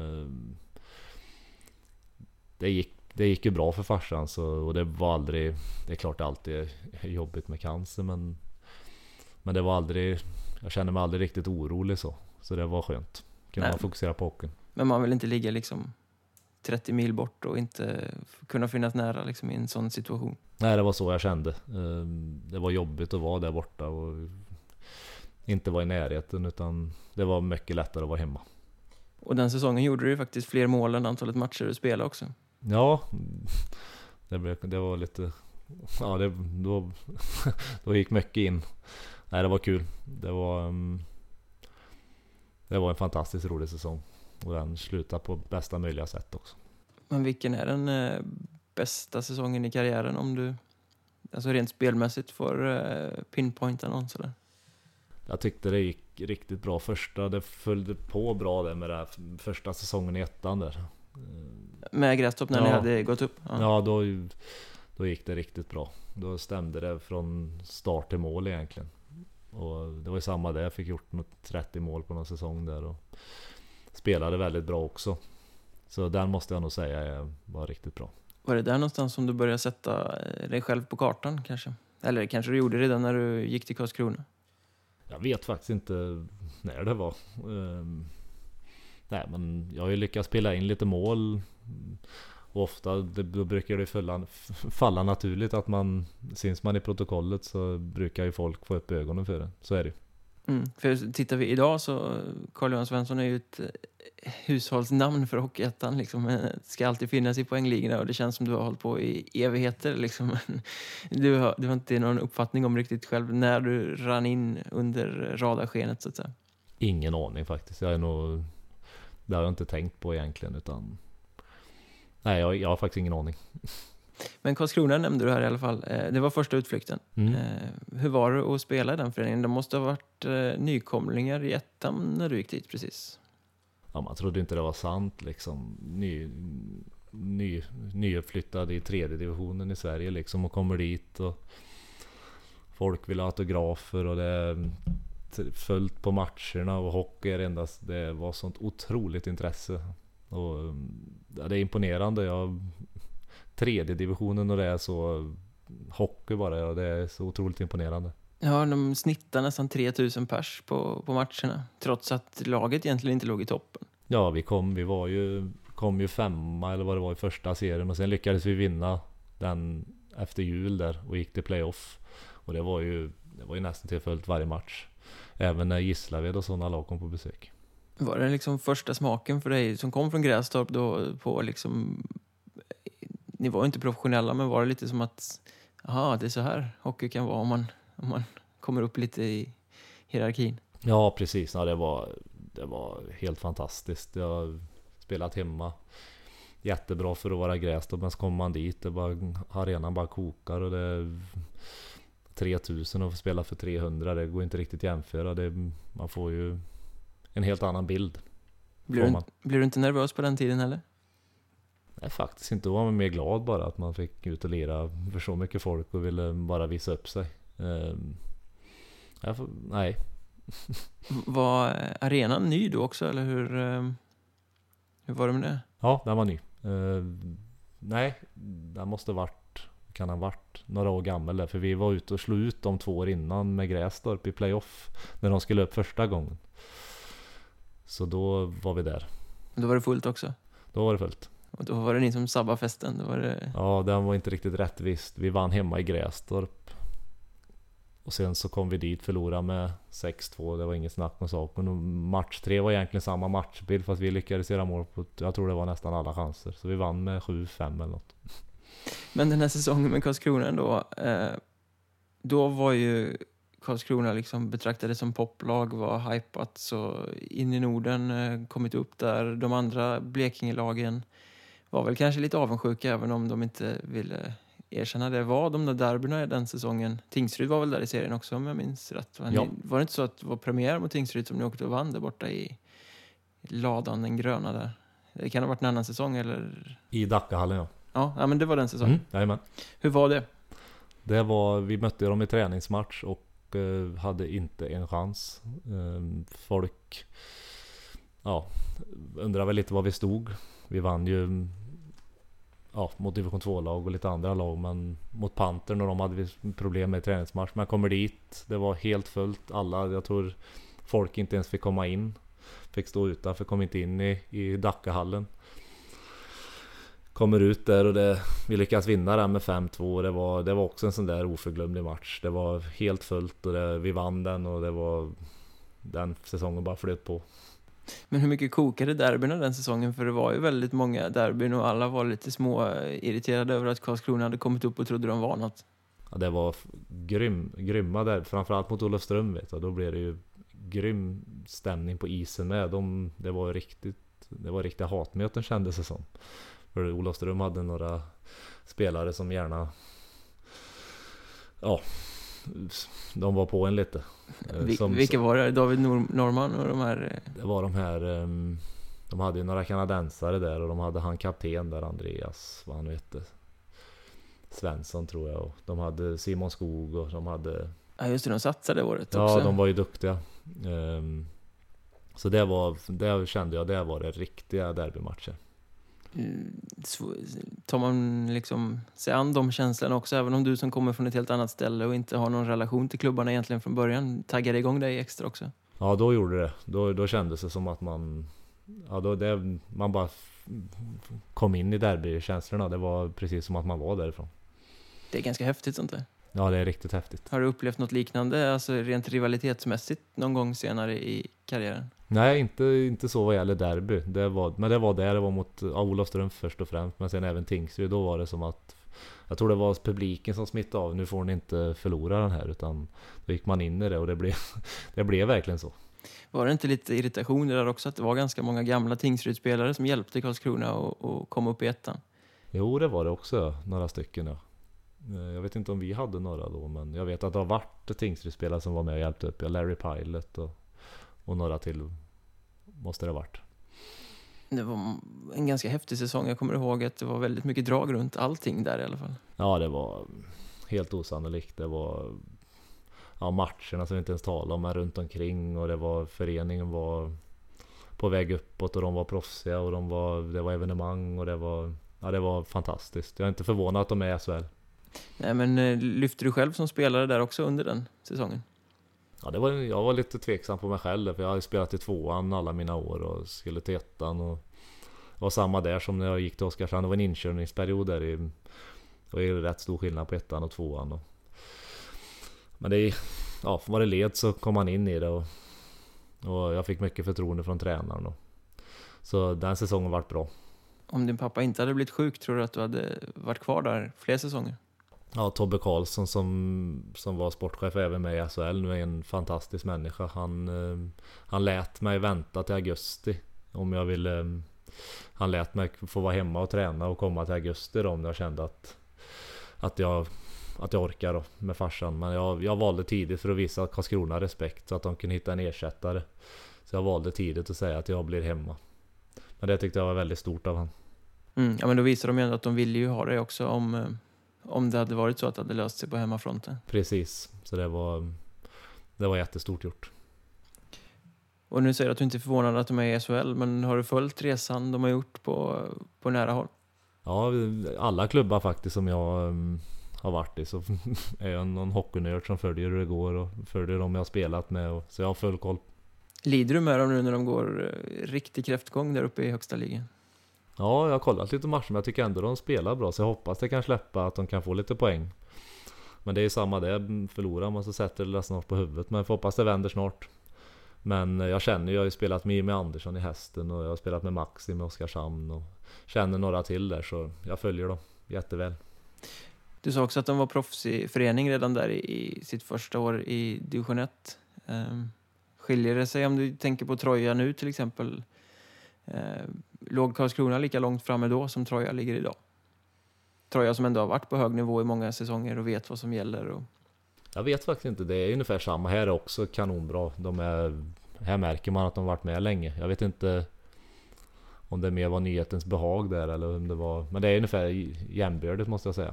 [SPEAKER 2] Det gick ju bra för farsan och det var aldrig, det är klart det alltid är jobbigt med cancer, men det var aldrig, jag kände mig aldrig riktigt orolig så det var skönt. Kunna fokusera på hockeyn. Men
[SPEAKER 1] man vill inte ligga liksom 30 mil bort och inte kunna finnas nära liksom i en sån situation?
[SPEAKER 2] Nej, det var så jag kände. Det var jobbigt att vara där borta och inte vara i närheten, utan det var mycket lättare att vara hemma.
[SPEAKER 1] Och den säsongen gjorde du faktiskt fler mål än antalet matcher du spelade också.
[SPEAKER 2] Ja, det var lite... Ja, då gick mycket in. Nej, det var kul. Det var en fantastiskt rolig säsong. Och den slutade på bästa möjliga sätt också.
[SPEAKER 1] Men vilken är den bästa säsongen i karriären, om du alltså rent spelmässigt får pinpointa någon sådär?
[SPEAKER 2] Jag tyckte det gick riktigt bra första. Det följde på bra där med det här första säsongen i 1:an där.
[SPEAKER 1] Med Grästorp när ni hade gått upp?
[SPEAKER 2] Ja, då gick det riktigt bra. Då stämde det från start till mål egentligen. Och det var ju samma där. Jag fick gjort något 30 mål på någon säsong där och spelade väldigt bra också. Så den måste jag nog säga var riktigt bra.
[SPEAKER 1] Var det där någonstans som du började sätta dig själv på kartan kanske? Eller kanske du gjorde det redan när du gick till Karlskrona?
[SPEAKER 2] Jag vet faktiskt inte när det var. Nej, men jag har ju lyckats spela in lite mål Och ofta då brukar det falla naturligt att syns man i protokollet så brukar ju folk få upp ögonen för det. Så är det.
[SPEAKER 1] För tittar vi idag så Carl-Johan Svensson är ju ett hushållsnamn för Hockeyettan liksom, ska alltid finnas i poängligorna och det känns som du har hållit på i evigheter liksom. Du har inte någon uppfattning om riktigt själv när du rann in under radarskenet så att säga.
[SPEAKER 2] Ingen aning faktiskt. Det har jag inte tänkt på egentligen utan nej, jag har faktiskt ingen aning.
[SPEAKER 1] Men Karlskrona nämnde du här i alla fall. Det var första utflykten. Hur var det att spela i den föreningen? De måste ha varit nykomlingar i ettan när du gick dit precis.
[SPEAKER 2] Ja, man trodde inte det var sant liksom. Nyuppflyttad i 3:e divisionen i Sverige liksom och kommer dit och folk vill ha autografer och det är följt på matcherna och hockey är endast, det var sånt otroligt intresse och ja, det är imponerande. 3:e divisionen och det är så hockey bara, och det är så otroligt imponerande.
[SPEAKER 1] Ja, de snittar nästan 3000 pers på matcherna trots att laget egentligen inte låg i toppen.
[SPEAKER 2] Ja, vi kom ju 5:a eller vad det var i första serien och sen lyckades vi vinna den efter jul där och gick till playoff och det var ju nästan till följt varje match. Även när Gislaved och sådana lag kom på besök.
[SPEAKER 1] Var det liksom första smaken för dig som kom från Grästorp då på liksom, ni var inte professionella men var det lite som att det är så här hockey kan vara om man kommer upp lite i hierarkin? Ja,
[SPEAKER 2] precis. Ja, det var helt fantastiskt. Jag har spelat hemma jättebra för att vara Grästorp, men så kommer man dit arenan bara kokar och det är 3000 och spela för 300, det går inte riktigt jämföra. Man får ju en helt annan bild.
[SPEAKER 1] Blir du inte nervös på den tiden heller?
[SPEAKER 2] Nej, faktiskt inte. Då var man mer glad bara att man fick ut och lira för så mycket folk och ville bara visa upp sig. Nej.
[SPEAKER 1] Var arenan ny då också, eller hur var det med det?
[SPEAKER 2] Ja, den var ny. Nej, den måste kan ha varit några år gammal där, för vi var ute och slog ut de 2 år innan med Grästorp i playoff när de skulle upp första gången. Så då var vi där.
[SPEAKER 1] Då var det fullt också?
[SPEAKER 2] Då var det fullt.
[SPEAKER 1] Och då var det ni som sabbade festen?
[SPEAKER 2] Ja, den var inte riktigt rättvist. Vi vann hemma i Grästorp. Och sen så kom vi dit, förlorade med 6-2. Det var inget snack om saken. Match 3 var egentligen samma matchbild, fast vi lyckades göra mål på, jag tror det var nästan alla chanser. Så vi vann med 7-5 eller något.
[SPEAKER 1] Men den här säsongen med Karlskrona då var ju Karlskrona liksom betraktade som poplag, var hypat så in i Norden, kommit upp där. De andra Blekingelagen var väl kanske lite avundsjuka även om de inte ville erkänna det. Var de där derbyna den säsongen? Tingsryd var väl där i serien också om jag minns rätt.
[SPEAKER 2] Ja.
[SPEAKER 1] Var det inte så att det var premiär mot Tingsryd som ni åkte och vann där borta i ladan, den gröna där? Det kan ha varit en annan säsong eller?
[SPEAKER 2] I Dackahallen, ja.
[SPEAKER 1] Ja, men det var den säsongen.
[SPEAKER 2] Jajamän.
[SPEAKER 1] Hur var det?
[SPEAKER 2] Vi mötte dem i träningsmatch och hade inte en chans. Folk undrar väl lite var vi stod. Vi vann ju mot division 2-lag och lite andra lag, men mot Pantern och de hade vi problem med träningsmatch. Men jag kommer dit, det var helt fullt. Jag tror folk inte ens fick komma in. Fick stå utanför, kom inte in i Dackahallen. Kommer ut där och vi lyckas vinna den med 5-2. Det var också en sån där oförglömlig match. Det var helt fullt och vi vann den och det var den säsongen bara flöt på.
[SPEAKER 1] Men hur mycket kokade derbyna den säsongen? För det var ju väldigt många derbyn och alla var lite små irriterade över att Karlskrona hade kommit upp och trodde de var något.
[SPEAKER 2] Ja, det var grymma där, framförallt mot Olofström vet jag. Då blev det ju grym stämning på isen med. Det var riktiga hatmöten kändes det som. För Olofström hade några spelare som gärna de var på en lite.
[SPEAKER 1] Vilka var det? David Norman och de här?
[SPEAKER 2] Det var de här de hade ju några kanadensare där och de hade han kapten där, Andreas, vad han hette, Svensson tror jag, och de hade Simon Skog och de hade...
[SPEAKER 1] Ja just det, de satsade året också.
[SPEAKER 2] Ja, de var ju duktiga. Så det kände jag, det var det riktiga derbymatcher.
[SPEAKER 1] Tar man liksom sig an de känslorna också, även om du som kommer från ett helt annat ställe och inte har någon relation till klubbarna egentligen från början, taggade igång dig extra också?
[SPEAKER 2] Ja, då gjorde det. Då kändes det som att man bara kom in i derbykänslorna. Det var precis som att man var därifrån.
[SPEAKER 1] Det är ganska häftigt sånt där.
[SPEAKER 2] Ja, det är riktigt häftigt.
[SPEAKER 1] Har du upplevt något liknande, alltså rent rivalitetsmässigt någon gång senare i karriären?
[SPEAKER 2] Nej, inte så vad gäller derby. Det var mot Olofström först och främst, men sen även Tingsryd. Då var det som att jag tror det var publiken som smittade av. Nu får ni inte förlora den här, utan då gick man in i det och det blev verkligen så.
[SPEAKER 1] Var det inte lite irritation där också, att det var ganska många gamla Tingsrydspelare som hjälpte Karlskrona och kom upp i ettan?
[SPEAKER 2] Jo, det var det också, några stycken. Ja. Jag vet inte om vi hade några då, men jag vet att det har varit Tingsrydspelare som var med och hjälpte upp. Ja, Larry Pilot och några till måste det ha varit.
[SPEAKER 1] Det var en ganska häftig säsong. Jag kommer ihåg att det var väldigt mycket drag runt allting där i alla fall.
[SPEAKER 2] Ja, det var helt osannolikt. Det var matcherna som vi inte ens talade om, men runt omkring, och det var föreningen var på väg uppåt och de var proffsiga och det var evenemang och det var fantastiskt. Jag är inte förvånad att de är i SHL.
[SPEAKER 1] Nej, men lyfter du själv som spelare där också under den säsongen?
[SPEAKER 2] Ja, jag var lite tveksam på mig själv, för jag hade spelat i tvåan alla mina år och skulle till ettan, och det var samma där som när jag gick till Oskarshamn. Det var en inkörningsperiod där det var rätt stor skillnad på ettan och tvåan. Men var det led så kom man in i det och jag fick mycket förtroende från tränaren. Så den säsongen var bra.
[SPEAKER 1] Om din pappa inte hade blivit sjuk, tror du att du hade varit kvar där fler säsonger?
[SPEAKER 2] Ja, Tobbe Karlsson som var sportchef även med i SHL nu är en fantastisk människa. Han lät mig vänta till augusti om jag ville. Han lät mig få vara hemma och träna och komma till augusti då, om jag kände att jag orkar då, med farsan. Men jag valde tidigt för att visa Karlskrona respekt så att de kunde hitta en ersättare. Så jag valde tidigt att säga att jag blir hemma. Men det tyckte jag var väldigt stort av han.
[SPEAKER 1] Ja, men då visar de ju ändå att de ville ju ha det också om det hade varit så att det hade löst sig på hemmafronten. Precis,
[SPEAKER 2] så det var jättestort gjort.
[SPEAKER 1] Och nu säger du att du inte är förvånad att de är i SHL, men har du följt resan de har gjort på nära håll?
[SPEAKER 2] Ja, alla klubbar faktiskt som jag har varit i, så är jag någon hockeynörd som följer hur det går och följer dem jag har spelat med, så jag har full koll.
[SPEAKER 1] Lider du med dem nu när de går riktig kräftgång där uppe i högsta ligan?
[SPEAKER 2] Ja, jag har kollat lite matcher, men jag tycker ändå de spelar bra, så jag hoppas det kan släppa, att de kan få lite poäng. Men det är ju samma det, förlorar man så sätter det snart på huvudet, men jag får hoppas det vänder snart. Men jag har ju spelat med Jimmy Andersson i Hästen och jag har spelat med Maxim i Oskarshamn och känner några till där, så jag följer dem jätteväl.
[SPEAKER 1] Du sa också att de var proffs i förening redan där i sitt första år i division 1. Skiljer det sig om du tänker på Troja nu till exempel? Låg Karlskrona lika långt framme då som Troja ligger idag? Troja som ändå har varit på hög nivå i många säsonger och vet vad som gäller.
[SPEAKER 2] Jag vet faktiskt inte, det är ungefär samma. Här är också kanonbra. Här märker man att de har varit med länge. Jag vet inte om det mer var nyhetens behag där eller om det var, men det är ungefär jämnbördigt måste jag säga.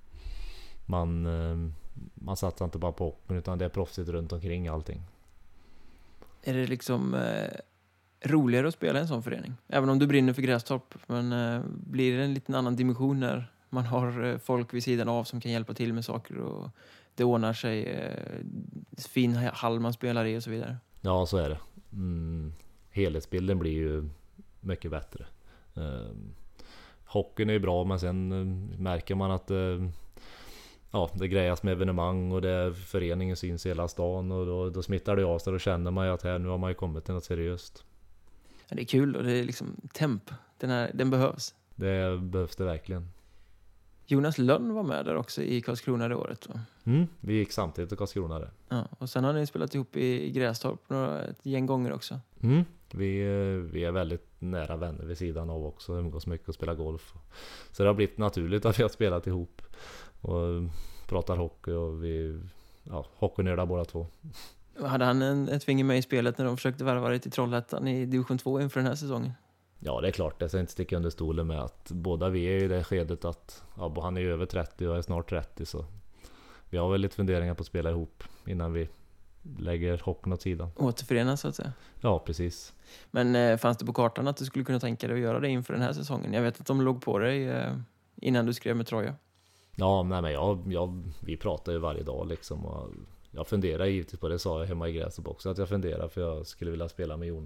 [SPEAKER 2] Man satsar inte bara på hockeyn, utan det är proffsigt runt omkring allting. Är
[SPEAKER 1] det liksom roligare att spela i en sån förening? Även om du brinner för Grästorp, men blir det en liten annan dimension när man har folk vid sidan av som kan hjälpa till med saker och det ordnar sig, fin hall man spelar i och så vidare? Ja,
[SPEAKER 2] så är det. Helhetsbilden blir ju mycket bättre. Hockeyn är ju bra, men sen märker man att det grejas med evenemang och föreningen syns i hela stan, och då smittar det av sig, och då känner man ju att nu har man ju kommit till något seriöst.
[SPEAKER 1] Ja, det är kul och det är liksom temp. Den behövs.
[SPEAKER 2] Det behövs det verkligen.
[SPEAKER 1] Jonas Lönn var med där också i Karlskrona det året, va?
[SPEAKER 2] Vi gick samtidigt till Karlskrona där.
[SPEAKER 1] Ja, och sen har ni spelat ihop i Grästorp ett gäng gånger också.
[SPEAKER 2] Vi är väldigt nära vänner vid sidan av också. Umgås mycket och spelar golf. Så det har blivit naturligt att vi har spelat ihop och pratar hockey, och vi hockeynördar båda två.
[SPEAKER 1] Hade han ett finger med i spelet när de försökte värva dig till Trollhättan i division 2 inför den här säsongen?
[SPEAKER 2] Ja, det är klart. Jag ska inte sticka under stolen med att båda vi är i det skedet att han är ju över 30 och jag är snart 30, så vi har väl lite funderingar på att spela ihop innan vi lägger hockeyn åt sidan.
[SPEAKER 1] Återförenas så att säga.
[SPEAKER 2] Ja, precis.
[SPEAKER 1] Men fanns det på kartan att du skulle kunna tänka dig att göra det inför den här säsongen? Jag vet att de låg på dig innan du skrev med Troja.
[SPEAKER 2] Ja, nej, men vi pratar ju varje dag liksom, och jag funderar givetvis på det, sa jag hemma i Grästorp också, att jag funderar, för jag skulle vilja spela med Jonas.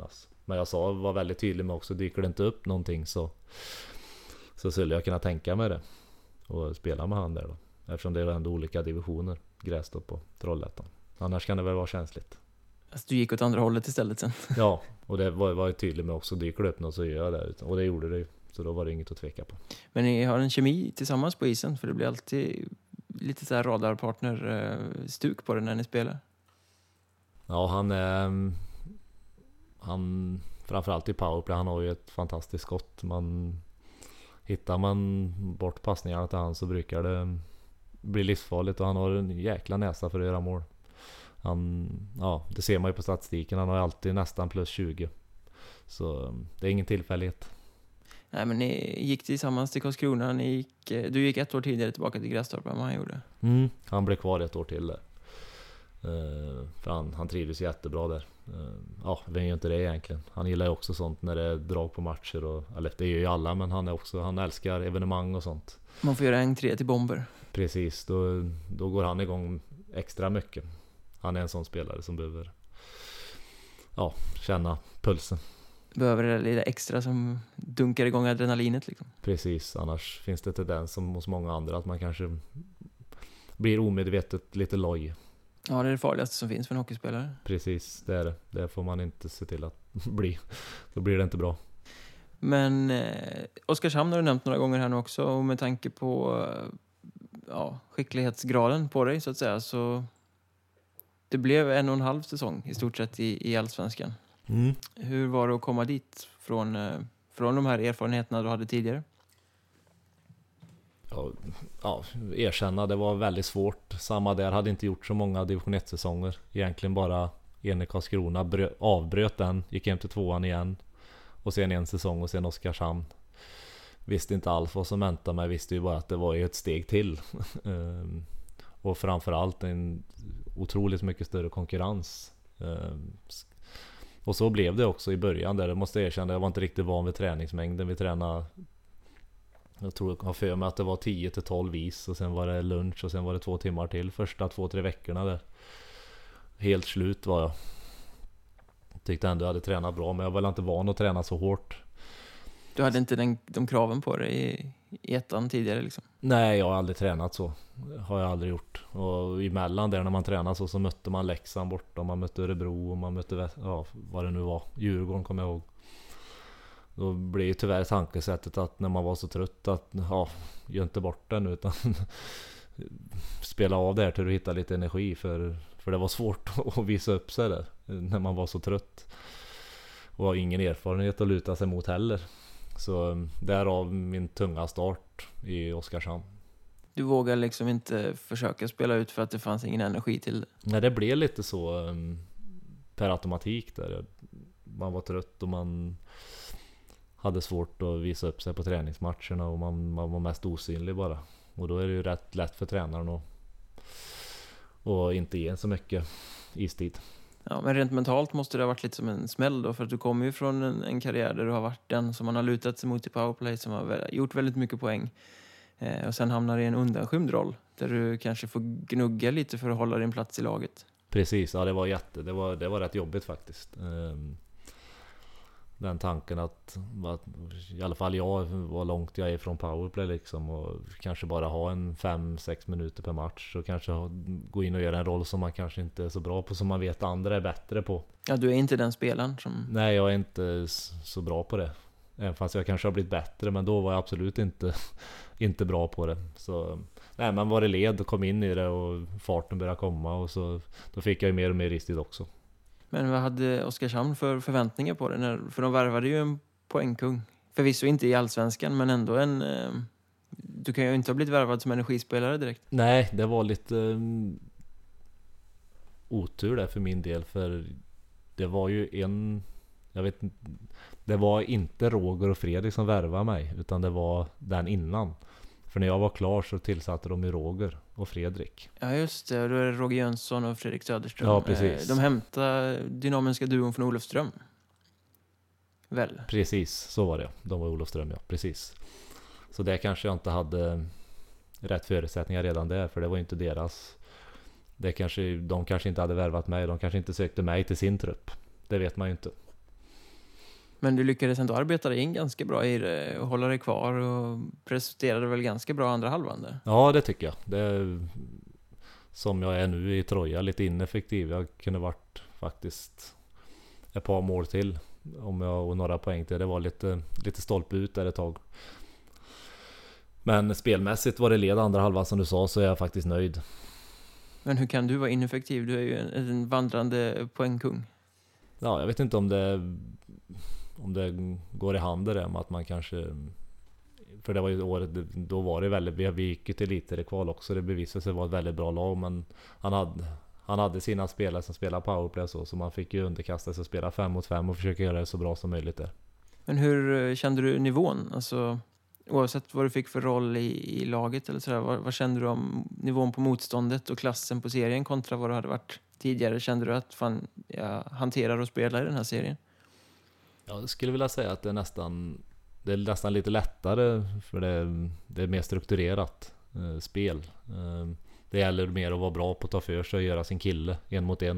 [SPEAKER 2] Men jag var väldigt tydlig med också, dyker det inte upp någonting så skulle jag kunna tänka mig det. Och spela med han där då. Eftersom det är ändå olika divisioner, Grästorp och Trollhättan. Annars kan det väl vara känsligt.
[SPEAKER 1] Alltså du gick åt andra hållet istället sen.
[SPEAKER 2] Ja, och det var jag tydlig med också. Dyker det upp något så gör jag det. Och det gjorde det ju. Så då var det inget att tveka på.
[SPEAKER 1] Men ni har en kemi tillsammans på isen, för det blir alltid lite så här radarpartner-stuk på det när ni spelar.
[SPEAKER 2] Ja, han framförallt i powerplay, han har ju ett fantastiskt skott. Hittar man bort passningarna till han så brukar det bli livsfarligt, och han har en jäkla näsa för att göra mål. Det ser man ju på statistiken, han har alltid nästan plus 20. Så det är ingen tillfällighet. Nej,
[SPEAKER 1] men ni gick tillsammans till Karlskrona. Du gick 1 år tidigare tillbaka till Grästorp än vad han gjorde.
[SPEAKER 2] Han blev kvar 1 år till där. För han trivdes jättebra där. Vem är ju inte det egentligen. Han gillar ju också sånt när det är drag på matcher. Eller det är ju alla, men han älskar evenemang och sånt.
[SPEAKER 1] Man får göra entré till bomber.
[SPEAKER 2] Precis, då går han igång extra mycket. Han är en sån spelare som behöver känna pulsen.
[SPEAKER 1] Behöver det lite extra som dunkar igång adrenalinet liksom.
[SPEAKER 2] Precis, annars finns det tendens som hos många andra att man kanske blir omedvetet lite loj.
[SPEAKER 1] Ja, det är det farligaste som finns för en hockeyspelare.
[SPEAKER 2] Precis, det är det. Det får man inte se till att bli. Då blir det inte bra.
[SPEAKER 1] Men Oskarshamn har du nämnt några gånger här nu också, och med tanke på skicklighetsgraden på dig så att säga, så det blev 1,5 säsong i stort sett i Allsvenskan. Hur var det att komma dit från de här erfarenheterna du hade tidigare?
[SPEAKER 2] Erkänna, det var väldigt svårt. Samma där, hade inte gjort så många division 1-säsonger. Egentligen bara en i Karlskrona, avbröt den, gick hem till 2:an igen. Och sen en säsong och sen Oskarshamn. Visste inte alls vad som väntade mig, visste ju bara att det var ett steg till. Och framförallt en otroligt mycket större konkurrens. Och så blev det också i början där, jag måste erkänna, jag var inte riktigt van vid träningsmängden. Vi tränade, jag tror jag har för mig att det var 10-12 is, och sen var det lunch och sen var det 2 timmar till första 2-3 veckorna där. Helt slut var jag. Tyckte ändå jag hade tränat bra, men jag var inte van att träna så hårt.
[SPEAKER 1] Du hade inte de kraven på dig i ettan tidigare liksom?
[SPEAKER 2] Nej, jag har aldrig tränat så. Har jag aldrig gjort. Och emellan där när man tränade så mötte man Leksand borta, och man mötte Örebro, och man mötte vad det nu var, Djurgården kommer jag ihåg. Då blev ju tyvärr tankesättet att när man var så trött att gör inte bort den, utan spela av där till att hitta lite energi, för det var svårt att visa upp sig där när man var så trött och har ingen erfarenhet att luta sig mot heller. Så därav min tunga start i Oskarshamn.
[SPEAKER 1] Du vågar liksom inte försöka spela ut för att det fanns ingen energi till det?
[SPEAKER 2] Nej, det blev lite så per automatik där. Man var trött och man hade svårt att visa upp sig på träningsmatcherna, och man var mest osynlig bara. Och då är det ju rätt lätt för tränaren och inte ge så mycket istid.
[SPEAKER 1] Ja, men rent mentalt måste det ha varit lite som en smäll då, för att du kommer ju från en karriär där du har varit den som man har lutat sig mot i powerplay, som har gjort väldigt mycket poäng. Och sen hamnar i en undanskymd roll där du kanske får gnugga lite för att hålla din plats i laget.
[SPEAKER 2] Precis, ja, det var rätt jobbigt faktiskt. Den tanken att i alla fall jag var långt jag är från powerplay liksom, och kanske bara ha en 5-6 minuter per match, och kanske gå in och göra en roll som man kanske inte är så bra på, som man vet andra är bättre på. Ja,
[SPEAKER 1] du är inte den spelaren som...
[SPEAKER 2] Nej, jag är inte så bra på det. Även fast jag kanske har blivit bättre, men då var jag absolut inte bra på det. Så nej, man var i led och kom in i det, och farten började komma, och så då fick jag ju mer och mer istid också.
[SPEAKER 1] Men vad hade Oskarshamn för förväntningar på det? För de värvade ju en poängkung. Förvisso inte i Allsvenskan, men ändå en... Du kan ju inte ha blivit värvad som energispelare direkt.
[SPEAKER 2] Nej, det var lite otur där för min del. För det var ju det var inte Roger och Fredrik som värvade mig, utan det var den innan. För när jag var klar så tillsatte de ju Roger och Fredrik.
[SPEAKER 1] Ja, just det. Då är det Roger Jönsson och Fredrik Söderström.
[SPEAKER 2] Ja, precis.
[SPEAKER 1] De hämtade dynamiska duon från Olofström. Väl?
[SPEAKER 2] Precis, så var det. De var Olofström, ja. Precis. Så det kanske jag inte hade rätt förutsättningar redan där. För det var inte deras... De kanske inte hade värvat mig. De kanske inte sökte mig till sin trupp. Det vet man ju inte.
[SPEAKER 1] Men du lyckades ändå arbeta dig in ganska bra i det och hålla dig kvar och presterade väl ganska bra andra halvan där.
[SPEAKER 2] Ja, det tycker jag. Det är, som jag är nu i Troja, lite ineffektiv. Jag kunde varit faktiskt ett par mål till om jag och några poäng till. Det var lite stolpe ut där ett tag. Men spelmässigt var det led andra halvan som du sa, så är jag faktiskt nöjd.
[SPEAKER 1] Men hur kan du vara ineffektiv? Du är ju en vandrande poängkung.
[SPEAKER 2] Ja, jag vet inte om det går i hand det med att man kanske... För det var ju året, då var det väldigt... Vi gick ju till elitserien också. Det bevisade sig vara ett väldigt bra lag, men han hade sina spelare som spelade powerplay så man fick ju underkasta sig och spela 5 mot 5 och försöka göra det så bra som möjligt där.
[SPEAKER 1] Men hur kände du nivån? Alltså, oavsett vad du fick för roll i laget eller sådär, vad kände du om nivån på motståndet och klassen på serien kontra vad det hade varit tidigare? Kände du att fan, jag hanterar och spelar i den här serien?
[SPEAKER 2] Jag skulle vilja säga att det är nästan lite lättare, för det är mer strukturerat spel. Det gäller mer att vara bra på att ta för sig och göra sin kille 1 mot 1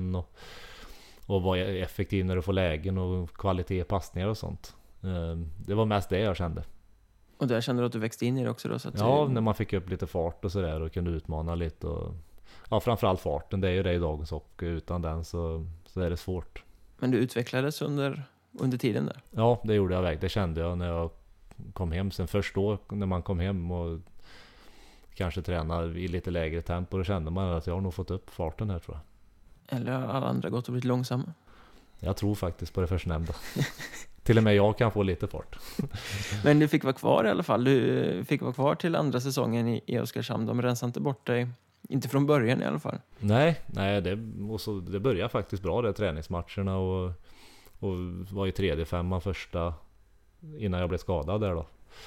[SPEAKER 2] och vara effektiv när du får lägen och kvalitet passningar och sånt. Det var mest det jag kände.
[SPEAKER 1] Och där kände du att du växte in i det också då? Så att
[SPEAKER 2] ja, när man fick upp lite fart och sådär och kunde utmana lite. Och, ja, framförallt farten, det är ju det i dagens hockey. Utan den så är det svårt.
[SPEAKER 1] Men du utvecklades under tiden där?
[SPEAKER 2] Ja, det gjorde jag. Det kände jag när jag kom hem. Sen först då när man kom hem och kanske tränade i lite lägre tempo, då kände man att jag har nog fått upp farten här, tror jag.
[SPEAKER 1] Eller har alla andra gått och blivit långsamma?
[SPEAKER 2] Jag tror faktiskt på det förstnämnda. Till och med jag kan få lite fart.
[SPEAKER 1] Men du fick vara kvar i alla fall. Du fick vara kvar till andra säsongen i Oskarshamn. De rensade inte bort dig. Inte från början i alla fall.
[SPEAKER 2] Nej, det började faktiskt bra det, träningsmatcherna och var ju 3-5 första innan jag blev skadad där då.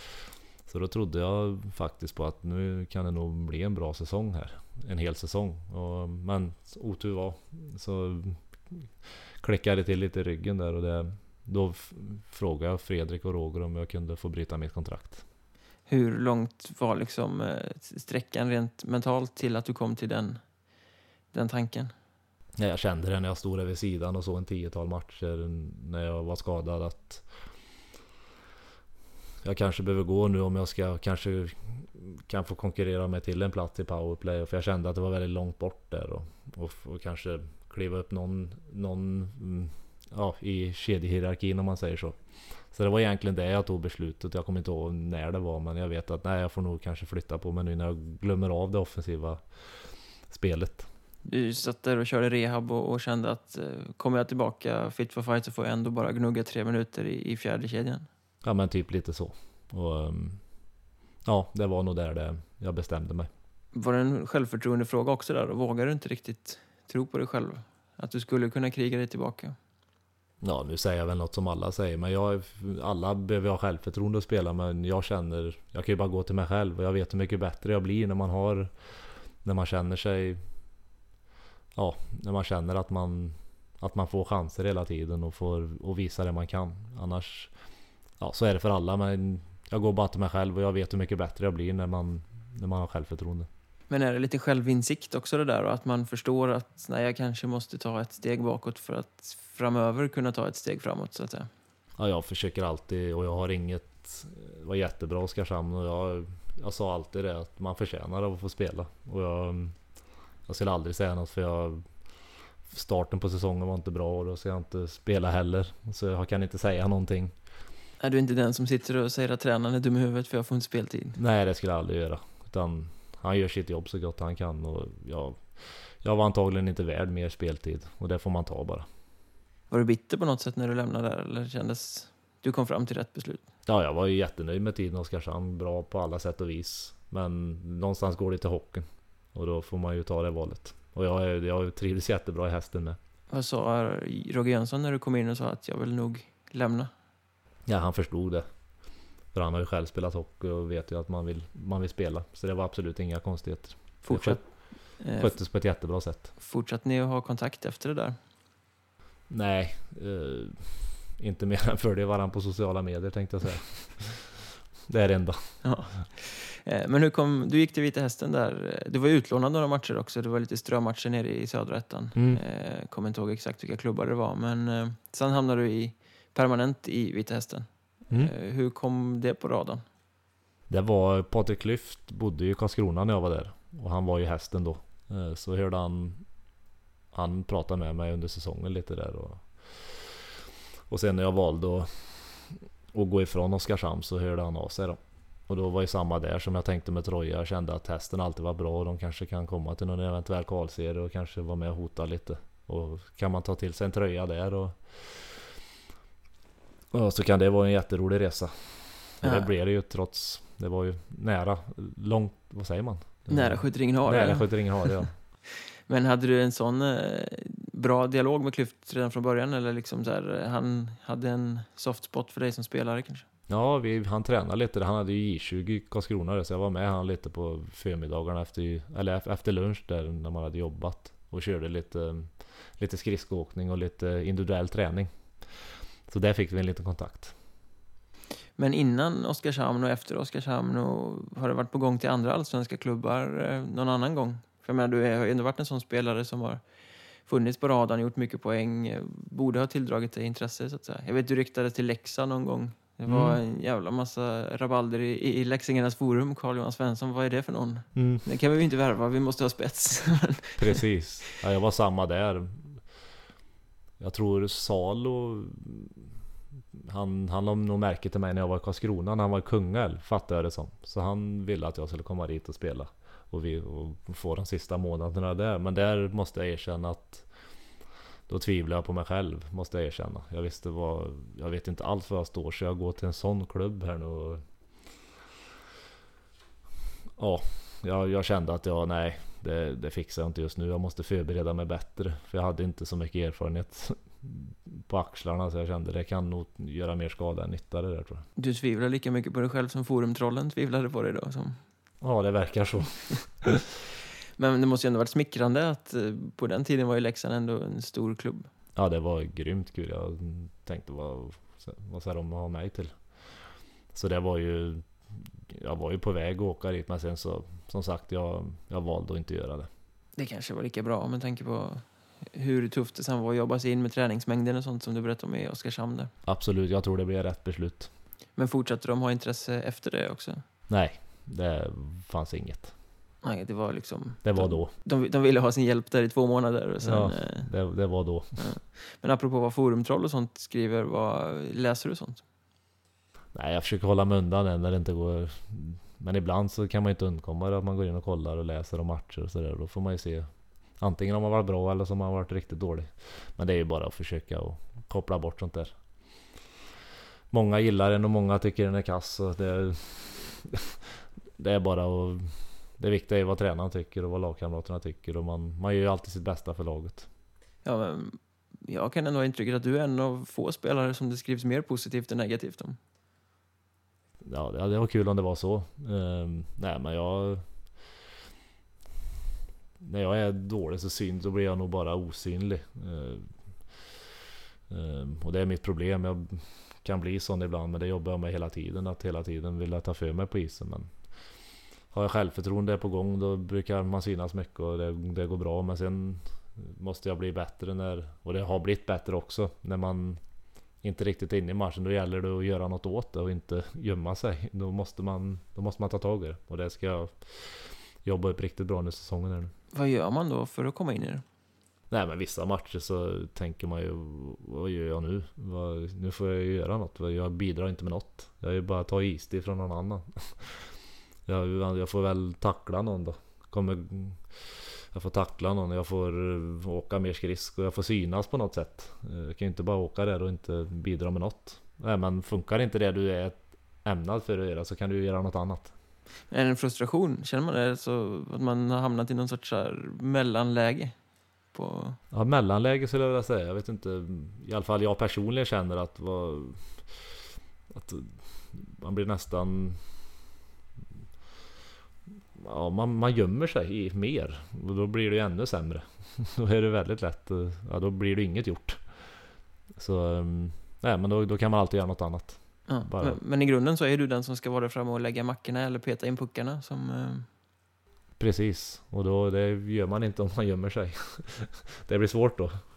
[SPEAKER 2] Så då trodde jag faktiskt på att nu kan det nog bli en bra säsong här. En hel säsong. Men otur var så klickade det till lite i ryggen där och då frågade jag Fredrik och Roger om jag kunde få bryta mitt kontrakt.
[SPEAKER 1] Hur långt var liksom sträckan rent mentalt till att du kom till den tanken?
[SPEAKER 2] Ja, jag kände det när jag stod där vid sidan och såg en 10-tal matcher när jag var skadad att jag kanske behöver gå nu om jag kanske kan få konkurrera mig till en plats i powerplay. För jag kände att det var väldigt långt bort där och kanske kliva upp någon i kedjehierarkin om man säger så. Så det var egentligen det jag tog beslutet. Jag kommer inte ihåg när det var, men jag vet att jag får nog kanske flytta på mig nu när jag glömmer av det offensiva spelet.
[SPEAKER 1] Du satt där och körde rehab och kände att kommer jag tillbaka fit for fight så får jag ändå bara gnugga 3 minuter i fjärde kedjan.
[SPEAKER 2] Ja, men typ lite så. Och det var nog där jag bestämde mig.
[SPEAKER 1] Var det en självförtroendefråga också där? Och vågar du inte riktigt tro på dig själv? Att du skulle kunna kriga dig tillbaka?
[SPEAKER 2] Ja, nu säger jag väl något som alla säger. Men alla behöver ha självförtroende att spela. Men jag kan ju bara gå till mig själv. Och jag vet hur mycket bättre jag blir när man känner sig... Ja, när man känner att man får chanser hela tiden och visa det man kan. Annars... Ja, så är det för alla. Men jag går bara till mig själv och jag vet hur mycket bättre jag blir när man har självförtroende. Men
[SPEAKER 1] är det lite självinsikt också det där? Och att man förstår att jag kanske måste ta ett steg bakåt för att framöver kunna ta ett steg framåt, så att säga?
[SPEAKER 2] Ja, jag försöker alltid och jag har inget... Det var jättebra Oskarshamn och jag sa alltid det att man förtjänar av att få spela. Och jag skulle aldrig säga något för starten på säsongen var inte bra och då ska jag inte spela heller. Så jag kan inte säga någonting.
[SPEAKER 1] Är du inte den som sitter och säger att tränaren är dum i huvudet för jag får inte speltid?
[SPEAKER 2] Nej, det skulle jag aldrig göra. Utan han gör sitt jobb så gott han kan och jag var antagligen inte värd mer speltid och det får man ta bara.
[SPEAKER 1] Var du bitter på något sätt när du lämnade där eller kändes du kom fram till rätt beslut? Ja,
[SPEAKER 2] jag var ju jättenöjd med tiden i Oskarshamn, bra på alla sätt och vis. Men någonstans går det till hockeyn och då får man ju ta det valet. Och jag trivdes jättebra i hästen med.
[SPEAKER 1] Vad sa Roger Jönsson när du kom in och sa att jag vill nog lämna?
[SPEAKER 2] Ja, han förstod det. För han har ju själv spelat hockey och vet ju att man vill spela. Så det var absolut inga konstigheter. Sköttes på ett jättebra sätt.
[SPEAKER 1] Fortsatte ni att ha kontakt efter det där?
[SPEAKER 2] Nej, inte mer än följde varandra på sociala medier tänkte jag säga. Det är det enda.
[SPEAKER 1] Ja. Men du gick till Vita Hästen där. Du var utlånad några matcher också. Det var lite strömatcher nere i södra ettan. Kommer inte ihåg exakt vilka klubbar det var. Men sen hamnade du i permanent i Vita Hästen. Hur kom det på radarn?
[SPEAKER 2] Det var Patrik Klyft bodde i Karlskrona när jag var där. Och han var ju Hästen då. Så hörde han pratade med mig under säsongen lite där. Och sen när jag valde att gå ifrån Oskarshamn så hörde han av sig då. Och då var ju samma där som jag tänkte med Troja. Jag kände att Hästen alltid var bra och de kanske kan komma till någon eventuell kvalserie och kanske vara med och hota lite. Och kan man ta till sig en tröja där och så kan det vara en jätterolig resa. Ja. Det blev det ju trots, det var ju nära, långt, vad säger man?
[SPEAKER 1] Nära skjuter ingen har.
[SPEAKER 2] Nära skjuter ingen har, ja.
[SPEAKER 1] Men hade du en sån bra dialog med Klyft redan från början? Eller liksom så här, han hade en soft spot för dig som spelare kanske?
[SPEAKER 2] Ja, han tränade lite. Han hade ju J20 i Karlskrona så jag var med han lite på förmiddagarna efter lunch där när man hade jobbat. Och körde lite skridskoåkning och lite individuell träning. Så där fick vi en liten kontakt.
[SPEAKER 1] Men innan Oskarshamn och efter Oskarshamn har det varit på gång till andra allsvenska klubbar någon annan gång? För jag menar, du har ju ändå varit en sån spelare som har funnits på radarn, gjort mycket poäng, borde ha tilldragit dig intresse så att säga. Jag vet du ryktades till Leksand någon gång. Det var en jävla massa rabalder i Leksingarnas forum. Carl-Johan Svensson, vad är det för någon? Det kan vi ju inte värva, vi måste ha spets.
[SPEAKER 2] Precis, ja, jag var samma där. Jag tror Salo han la nog märke till mig när jag var i Karlskrona när han var i Kungälv, fattade jag det som. Så han ville att jag skulle komma dit och spela och få de sista månaderna där. Men där måste jag erkänna att då tvivlar jag på mig själv, måste jag erkänna. Jag vet inte alls vad jag står, så jag går till en sån klubb här nu. Ja, jag kände att det fixar jag inte just nu. Jag måste förbereda mig bättre, för jag hade inte så mycket erfarenhet på axlarna, så jag kände det kan nog göra mer skada än nytta det där, tror jag.
[SPEAKER 1] Du tvivlar lika mycket på dig själv som forumtrollen tvivlade på dig då?
[SPEAKER 2] Ja, det verkar så.
[SPEAKER 1] Men det måste ju ändå varit smickrande att på den tiden var ju Leksand ändå en stor klubb.
[SPEAKER 2] Ja, det var grymt kul. Jag tänkte vad ska de ha mig till? Så det var ju, jag var ju på väg att åka dit, men sen så, som sagt, jag valde att inte göra det. Det
[SPEAKER 1] kanske var lika bra om man tänker på hur tufft det sen var att jobba sig in med träningsmängden och sånt som du berättade om i Oskarshamn där.
[SPEAKER 2] Absolut, jag tror det blev rätt beslut.
[SPEAKER 1] Men fortsatte de ha intresse efter det också?
[SPEAKER 2] Nej, det fanns inget.
[SPEAKER 1] Nej, det var liksom...
[SPEAKER 2] Det var då.
[SPEAKER 1] De ville ha sin hjälp där i 2 månader. Och sen,
[SPEAKER 2] ja, det var då.
[SPEAKER 1] Ja. Men apropå vad forumtroll och sånt skriver, läser du sånt?
[SPEAKER 2] Nej, jag försöker hålla mig undan när det inte går. Men ibland så kan man inte undkomma att man går in och kollar och läser om matcher och sådär. Då får man ju se antingen om man varit bra eller om man varit riktigt dålig. Men det är ju bara att försöka och koppla bort sånt där. Många gillar den och många tycker den är kass. Och det är bara att... Det viktiga är vad tränaren tycker och vad lagkamraterna tycker. Och man gör ju alltid sitt bästa för laget. Ja, men jag kan ändå ha intrycket att du är en av få spelare som det skrivs mer positivt än negativt om. Ja, det var kul om det var så. Nej, men när jag är dålig så syns, då blir jag nog bara osynlig. Och det är mitt problem. Jag kan bli sån ibland, men det jobbar jag med hela tiden. Att hela tiden vill jag ta för mig på isen, men har jag självförtroende på gång, då brukar man synas mycket och det går bra. Men sen måste jag bli bättre och det har blivit bättre också när man inte riktigt är inne i matchen. Då gäller det att göra något åt det och inte gömma sig. Då måste man ta tag i det, och det ska jag jobba upp riktigt bra nu säsongen här nu. Vad gör man då för att komma in i det? Nej, men vissa matcher så tänker man ju, vad gör jag nu? Nu får jag ju göra något. Jag bidrar inte med något. Jag är ju bara ta istid från någon annan. Jag får väl tackla någon då. Jag får tackla någon, jag får åka mer skridskor, jag får synas på något sätt. Jag kan ju inte bara åka där och inte bidra med något. Nej, men funkar inte det du är ämnad för att göra, så kan du göra något annat. Är det en frustration? Känner man det så att man har hamnat i någon sorts mellanläge? Ja, mellanläge skulle jag vilja säga. Jag vet inte, i alla fall jag personligen känner att man blir nästan... Ja, man gömmer sig i mer, och då blir det ju ännu sämre. Då är det väldigt lätt, då blir det inget gjort. Så nej, men då kan man alltid göra något annat. Ja, men i grunden så är du den som ska vara där framme och lägga mackorna eller peta in puckarna som... Precis, och det gör man inte om man gömmer sig. Det blir svårt då.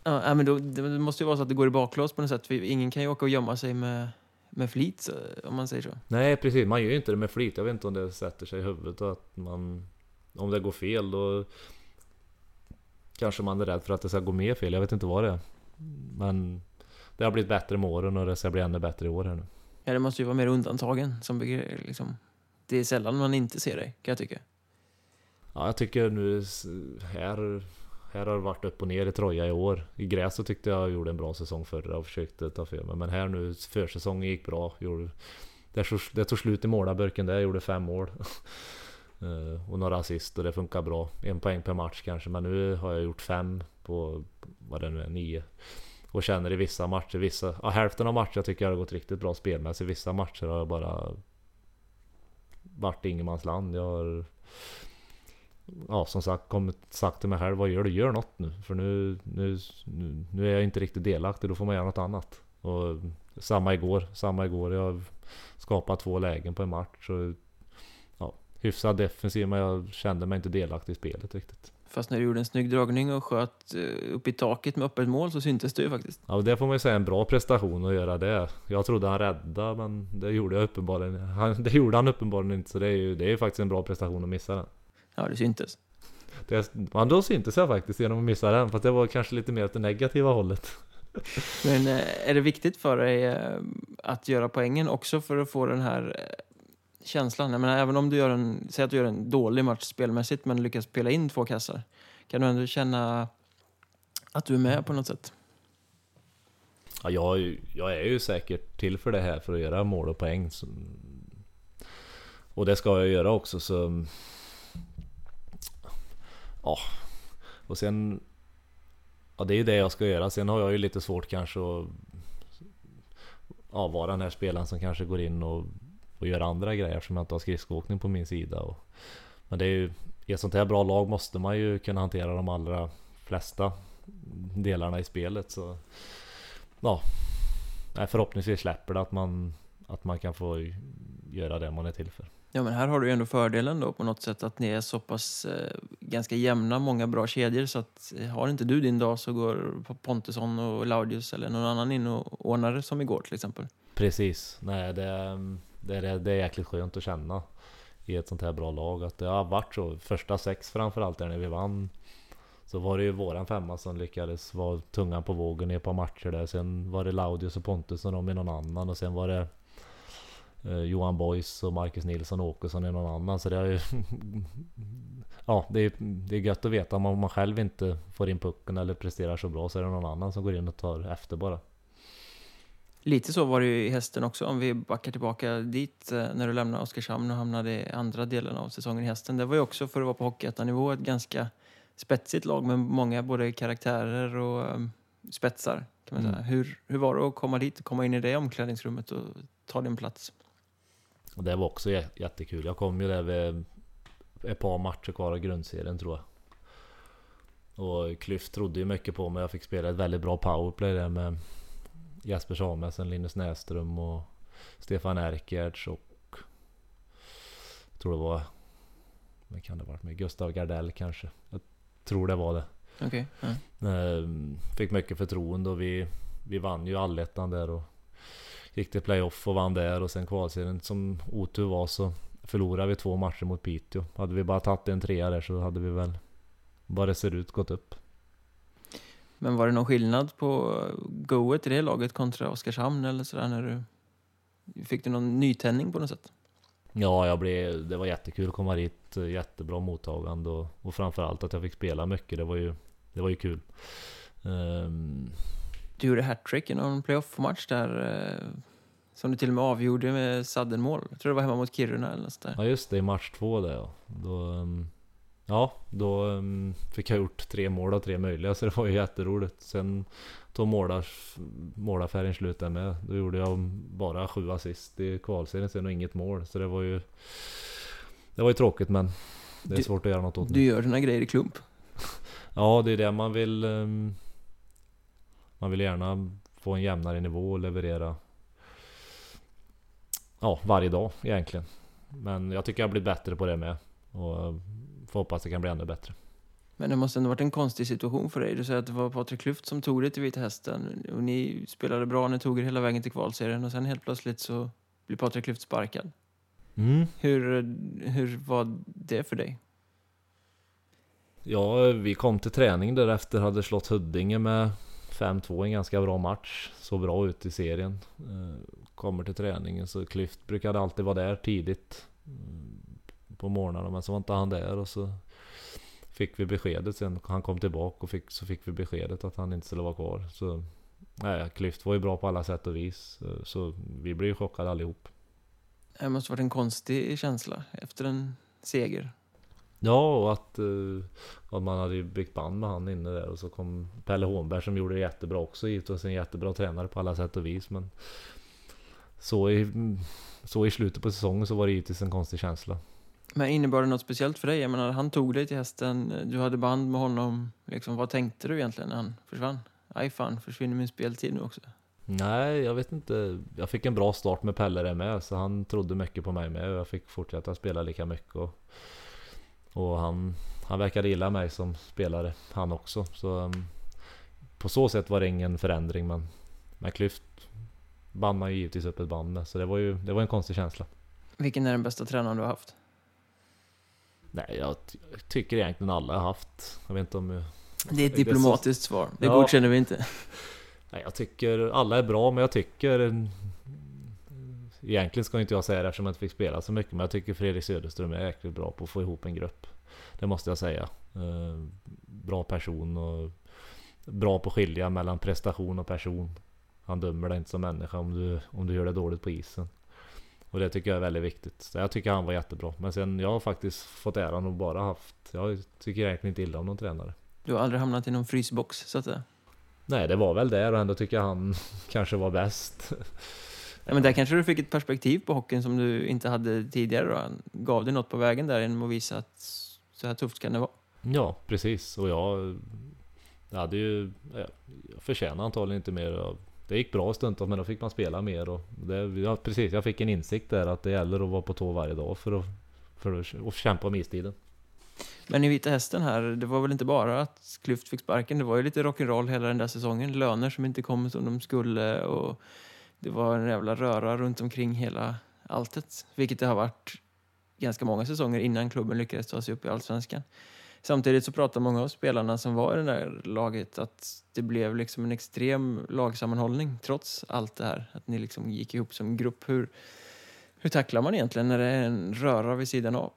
[SPEAKER 1] Ja, men då, det måste ju vara så att det går i baklås på något sätt. För ingen kan ju åka och gömma sig med flit, så, om man säger så.
[SPEAKER 2] Nej, precis. Man gör ju inte det med flit. Jag vet inte om det sätter sig i huvudet och att man... Om det går fel då... Kanske man är rädd för att det ska gå mer fel. Jag vet inte vad det är. Men det har blivit bättre med åren och det ska bli ännu bättre i år här nu.
[SPEAKER 1] Ja, det måste ju vara mer undantagen. Liksom, det är sällan man inte ser dig, kan jag tycka.
[SPEAKER 2] Ja, jag tycker nu... Här har det varit upp och ner i Troja i år. I gräs så tyckte jag gjorde en bra säsong förra och försökte ta för mig. Men här nu, försäsongen gick bra. Det tog slut i målarburken där. Jag gjorde 5 mål. Och några assist och det funkar bra. 1 poäng per match kanske. Men nu har jag gjort 5 på vad det nu är, 9. Och känner i vissa matcher, hälften av matcher tycker jag har gått riktigt bra spelmässigt. I vissa matcher har jag bara varit ingenmansland. Jag har som sagt sagt till mig själv, vad gör du? Gör något nu. För nu är jag inte riktigt delaktig. Då får man göra något annat. Och samma igår. Jag har skapat 2 lägen på en match. Så, hyfsad defensiv, men jag kände mig inte delaktig i spelet riktigt.
[SPEAKER 1] Fast när du gjorde en snygg dragning och sköt upp i taket med öppet mål så syntes det ju faktiskt.
[SPEAKER 2] Ja, det får man ju säga en bra prestation att göra det. Jag trodde han räddade, men det gjorde jag uppenbarligen. Det gjorde han uppenbarligen inte, så det är ju faktiskt en bra prestation att missa den.
[SPEAKER 1] Ja, det syntes.
[SPEAKER 2] Men då syntes jag faktiskt genom att missa den, fast det var kanske lite mer åt det negativa hållet.
[SPEAKER 1] Men är det viktigt för dig att göra poängen också för att få den här känslan? Jag menar, även om du säg att du gör en dålig match spelmässigt men lyckas spela in 2 kassar, kan du ändå känna att du är med på något sätt?
[SPEAKER 2] Ja, jag är ju säkert till för det här, för att göra mål och poäng. Och det ska jag göra också, så... Ja. Och sen... Ja, det är ju det jag ska göra. Sen har jag ju lite svårt kanske att... Ja, vara den här spelaren som kanske går in och gör andra grejer, som jag inte har skridskoåkning på min sida. Men det är ju... I ett sånt här bra lag måste man ju kunna hantera de allra flesta delarna i spelet, så... Ja, förhoppningsvis släpper det att man kan få göra det man är till för.
[SPEAKER 1] Ja, men här har du ju ändå fördelen då på något sätt att ni är så pass ganska jämna, många bra kedjor, så att har inte du din dag så går Pontusson och Laudius eller någon annan in och ordnar det som igår till exempel.
[SPEAKER 2] Precis, nej det är jäkligt skönt att känna i ett sånt här bra lag att det har varit så. Första 6 framförallt där när vi vann, så var det ju våran 5 som lyckades vara tungan på vågen i ett par matcher där. Sen var det Laudius och Pontus och de i någon annan. Och sen var det Johan Boys och Marcus Nilsson och Åkesson i någon annan. Så det är ju... ja, det är gött att veta om man själv inte får in pucken eller presterar så bra, så är det någon annan som går in och tar efter bara.
[SPEAKER 1] Lite så var det ju i Hästen också, om vi backar tillbaka dit när du lämnade Oskarshamn och hamnade i andra delen av säsongen i Hästen. Det var ju också, för att vara på Hockeyettan-nivå, ett ganska spetsigt lag med många både karaktärer och spetsar, kan man säga. Hur var det att komma dit och komma in i det omklädningsrummet och ta din plats?
[SPEAKER 2] Och det var också jättekul. Jag kom ju där vid ett par matcher kvar av grundserien, tror jag. Och Klyft trodde ju mycket på mig. Jag fick spela ett väldigt bra powerplay där med Jesper Samuelsson, Linus Näström och Stefan Erkerts och jag tror det var, men kan det ha varit med Gustav Gardell kanske. Jag tror det var det.
[SPEAKER 1] Okej.
[SPEAKER 2] Fick mycket förtroende och vi vann ju allettan där och gick till playoff och vann där, och sen kvalserien som otur var så förlorade vi 2 matcher mot Piteå. Hade vi bara tagit en 3 där så hade vi väl, vad det ser ut, gått upp.
[SPEAKER 1] Men var det någon skillnad på goet i det laget kontra Oskarshamn eller sådär, när fick du någon nytändning på något sätt?
[SPEAKER 2] Ja, det var jättekul att komma dit, jättebra mottagande och framförallt att jag fick spela mycket, det var ju kul.
[SPEAKER 1] Du gjorde hattrick i någon playoff-match där som du till och med avgjorde med saddenmål. Jag tror det var hemma mot Kiruna eller något där.
[SPEAKER 2] Ja, just det, i match 2 där, ja. Då fick jag gjort 3 mål av 3 möjliga, så det var ju jätteroligt. Sen tog målaffären slut där med. Då gjorde jag bara 7 assist i kvalserien sen och inget mål. Så det var ju tråkigt, men det är svårt att göra något åt det.
[SPEAKER 1] Du gör dina grejer i klump.
[SPEAKER 2] Ja, det är det man vill. Man vill gärna få en jämnare nivå och leverera varje dag egentligen. Men jag tycker jag blir bättre på det med. Och får hoppas det kan bli ännu bättre.
[SPEAKER 1] Men det måste ändå varit en konstig situation för dig. Du säger att det var Patrik Klyft som tog dig till Vita Hästen. Och ni spelade bra, ni tog er hela vägen till kvalserien. Och sen helt plötsligt så blir Patrik Klyft sparkad. Hur var det för dig?
[SPEAKER 2] Ja, vi kom till träning därefter, hade slått Huddinge med 5-2, en ganska bra match. Så bra ut i serien. Kommer till träningen så Klyft brukade alltid vara där tidigt på morgnarna, men så var inte han där och så fick vi beskedet sen. Han kom tillbaka och så fick vi beskedet att han inte skulle vara kvar. Så nej, Klyft var ju bra på alla sätt och vis. Så vi blev ju chockade allihop.
[SPEAKER 1] Det måste varit en konstig känsla efter en seger.
[SPEAKER 2] Ja, och att man hade ju byggt band med han inne där. Och så kom Pelle Hånberg som gjorde det jättebra också. Givetvis en jättebra tränare på alla sätt och vis. Men så i slutet på säsongen så var det givetvis en konstig känsla.
[SPEAKER 1] Men innebar det något speciellt för dig? Jag menar, han tog dig till Hästen. Du hade band med honom. Liksom, vad tänkte du egentligen när han försvann? Aj fan, försvinner min speltid nu också?
[SPEAKER 2] Nej, jag vet inte. Jag fick en bra start med Pelle där med. Så han trodde mycket på mig med. Och jag fick fortsätta spela lika mycket. Och han verkade gilla mig som spelare, han också. Så på så sätt var det ingen förändring. Men med Klyft band man ju givetvis upp ett band med. Så det var en konstig känsla.
[SPEAKER 1] Vilken är den bästa tränaren du har haft?
[SPEAKER 2] Nej, jag tycker egentligen alla har haft. Jag vet inte om
[SPEAKER 1] det är ett diplomatiskt svar. Det godkänner vi inte.
[SPEAKER 2] Nej, jag tycker alla är bra, men jag tycker egentligen ska inte jag säga det eftersom jag inte fick spela så mycket, men jag tycker Fredrik Söderström är jäkligt bra på att få ihop en grupp. Det måste jag säga. Bra person och bra på att skilja mellan prestation och person. Han dömer dig inte som människa om du gör det dåligt på isen. Och det tycker jag är väldigt viktigt. Så jag tycker han var jättebra. Men sen jag har faktiskt fått äran och bara haft. Jag tycker egentligen inte illa om någon tränare.
[SPEAKER 1] Du har aldrig hamnat i någon frysbox så att säga?
[SPEAKER 2] Nej, det var väl där och ändå tycker jag han kanske var bäst.
[SPEAKER 1] Ja, men där kanske du fick ett perspektiv på hockeyn som du inte hade tidigare då. Han gav dig något på vägen där genom att visa att så här tufft kan det vara.
[SPEAKER 2] Ja, precis. Och jag hade ju jag förtjänade antagligen inte mer. Det gick bra stundtals, men då fick man spela mer och precis, jag fick en insikt där att det gäller att vara på tå varje dag för att kämpa om istiden.
[SPEAKER 1] Men i Vita Hästen här, det var väl inte bara att Klyft fick sparken, det var ju lite rock'n'roll hela den där säsongen. Löner som inte kom som de skulle och det var en jävla röra runt omkring hela alltet. Vilket det har varit ganska många säsonger innan klubben lyckades ta sig upp i Allsvenskan. Samtidigt så pratar många av spelarna som var i det där laget att det blev liksom en extrem lagsammanhållning trots allt det här. Att ni liksom gick ihop som grupp. Hur tacklar man egentligen när det är en röra vid sidan av?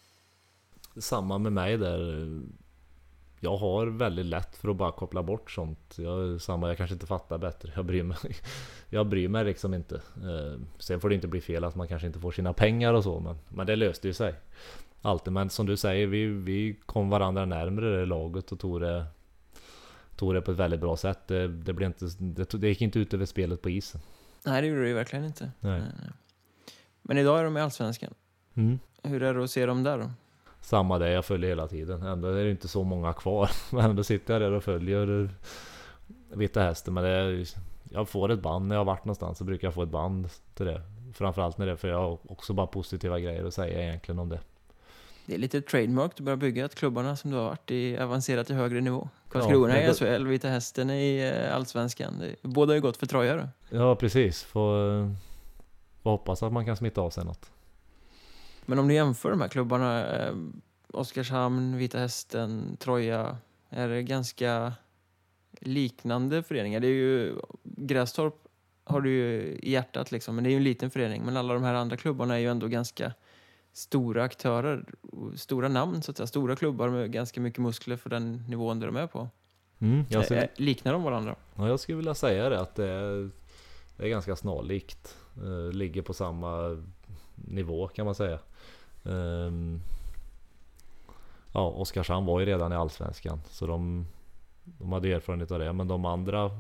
[SPEAKER 2] Samma med mig där. Jag har väldigt lätt för att bara koppla bort sånt. Jag kanske inte fattar bättre. Jag bryr mig liksom inte. Sen får det inte bli fel att man kanske inte får sina pengar och så. Men det löste ju sig. Alltid, men som du säger, vi kom varandra närmare det laget och tog det på ett väldigt bra sätt. Det gick inte ut över spelet på isen.
[SPEAKER 1] Nej, det gjorde det ju verkligen inte.
[SPEAKER 2] Nej.
[SPEAKER 1] Men idag är de i Allsvenskan. Hur är det att se dem där då?
[SPEAKER 2] Samma det, jag följer hela tiden. Ändå är det inte så många kvar. Men ändå sitter jag där och följer Vita Hästen. Men jag får ett band när jag har varit någonstans, så brukar jag få ett band till det. Framförallt när det, för jag har också bara positiva grejer att säga egentligen om det.
[SPEAKER 1] Det är lite trademark att börja bygga att klubbarna som du har varit i avancerat till högre nivå. Karlskrona i SHL, Vita Hästen i Allsvenskan. Båda har ju gått för Troja då.
[SPEAKER 2] Ja, precis. Får hoppas att man kan smitta av sig något.
[SPEAKER 1] Men om du jämför de här klubbarna, Oskarshamn, Vita Hästen, Troja, är det ganska liknande föreningar. Det är ju Grästorp har du ju i hjärtat liksom, men det är ju en liten förening. Men alla de här andra klubbarna är ju ändå ganska stora aktörer, stora namn så att säga, stora klubbar med ganska mycket muskler för den nivån där de är på. Liknar de varandra?
[SPEAKER 2] Ja, jag skulle vilja säga det, att det är ganska snarlikt. Ligger på samma nivå kan man säga. Oskarshamn var ju redan i Allsvenskan, så de hade erfarenhet av det, men de andra,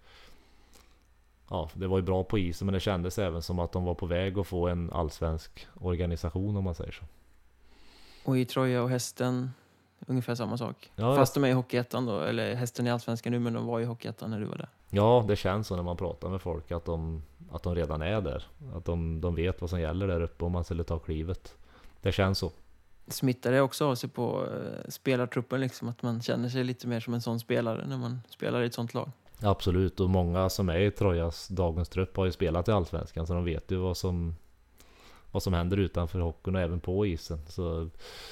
[SPEAKER 2] det var ju bra på isen, men det kändes även som att de var på väg att få en allsvensk organisation, om man säger så.
[SPEAKER 1] Och i Troja och Hästen ungefär samma sak. Fast de är i Hockeyettan då, eller Hästen i Allsvenskan nu, men de var i Hockeyettan när du var där.
[SPEAKER 2] Ja, det känns så när man pratar med folk att de redan är där. Att de vet vad som gäller där uppe om man skulle ta klivet. Det känns så.
[SPEAKER 1] Smittar det också av sig på spelartruppen liksom, att man känner sig lite mer som en sån spelare när man spelar i ett sånt lag?
[SPEAKER 2] Absolut, och många som är i Trojas dagens trupp har ju spelat i Allsvenskan, så de vet ju vad som händer utanför hockeyn och även på isen. Så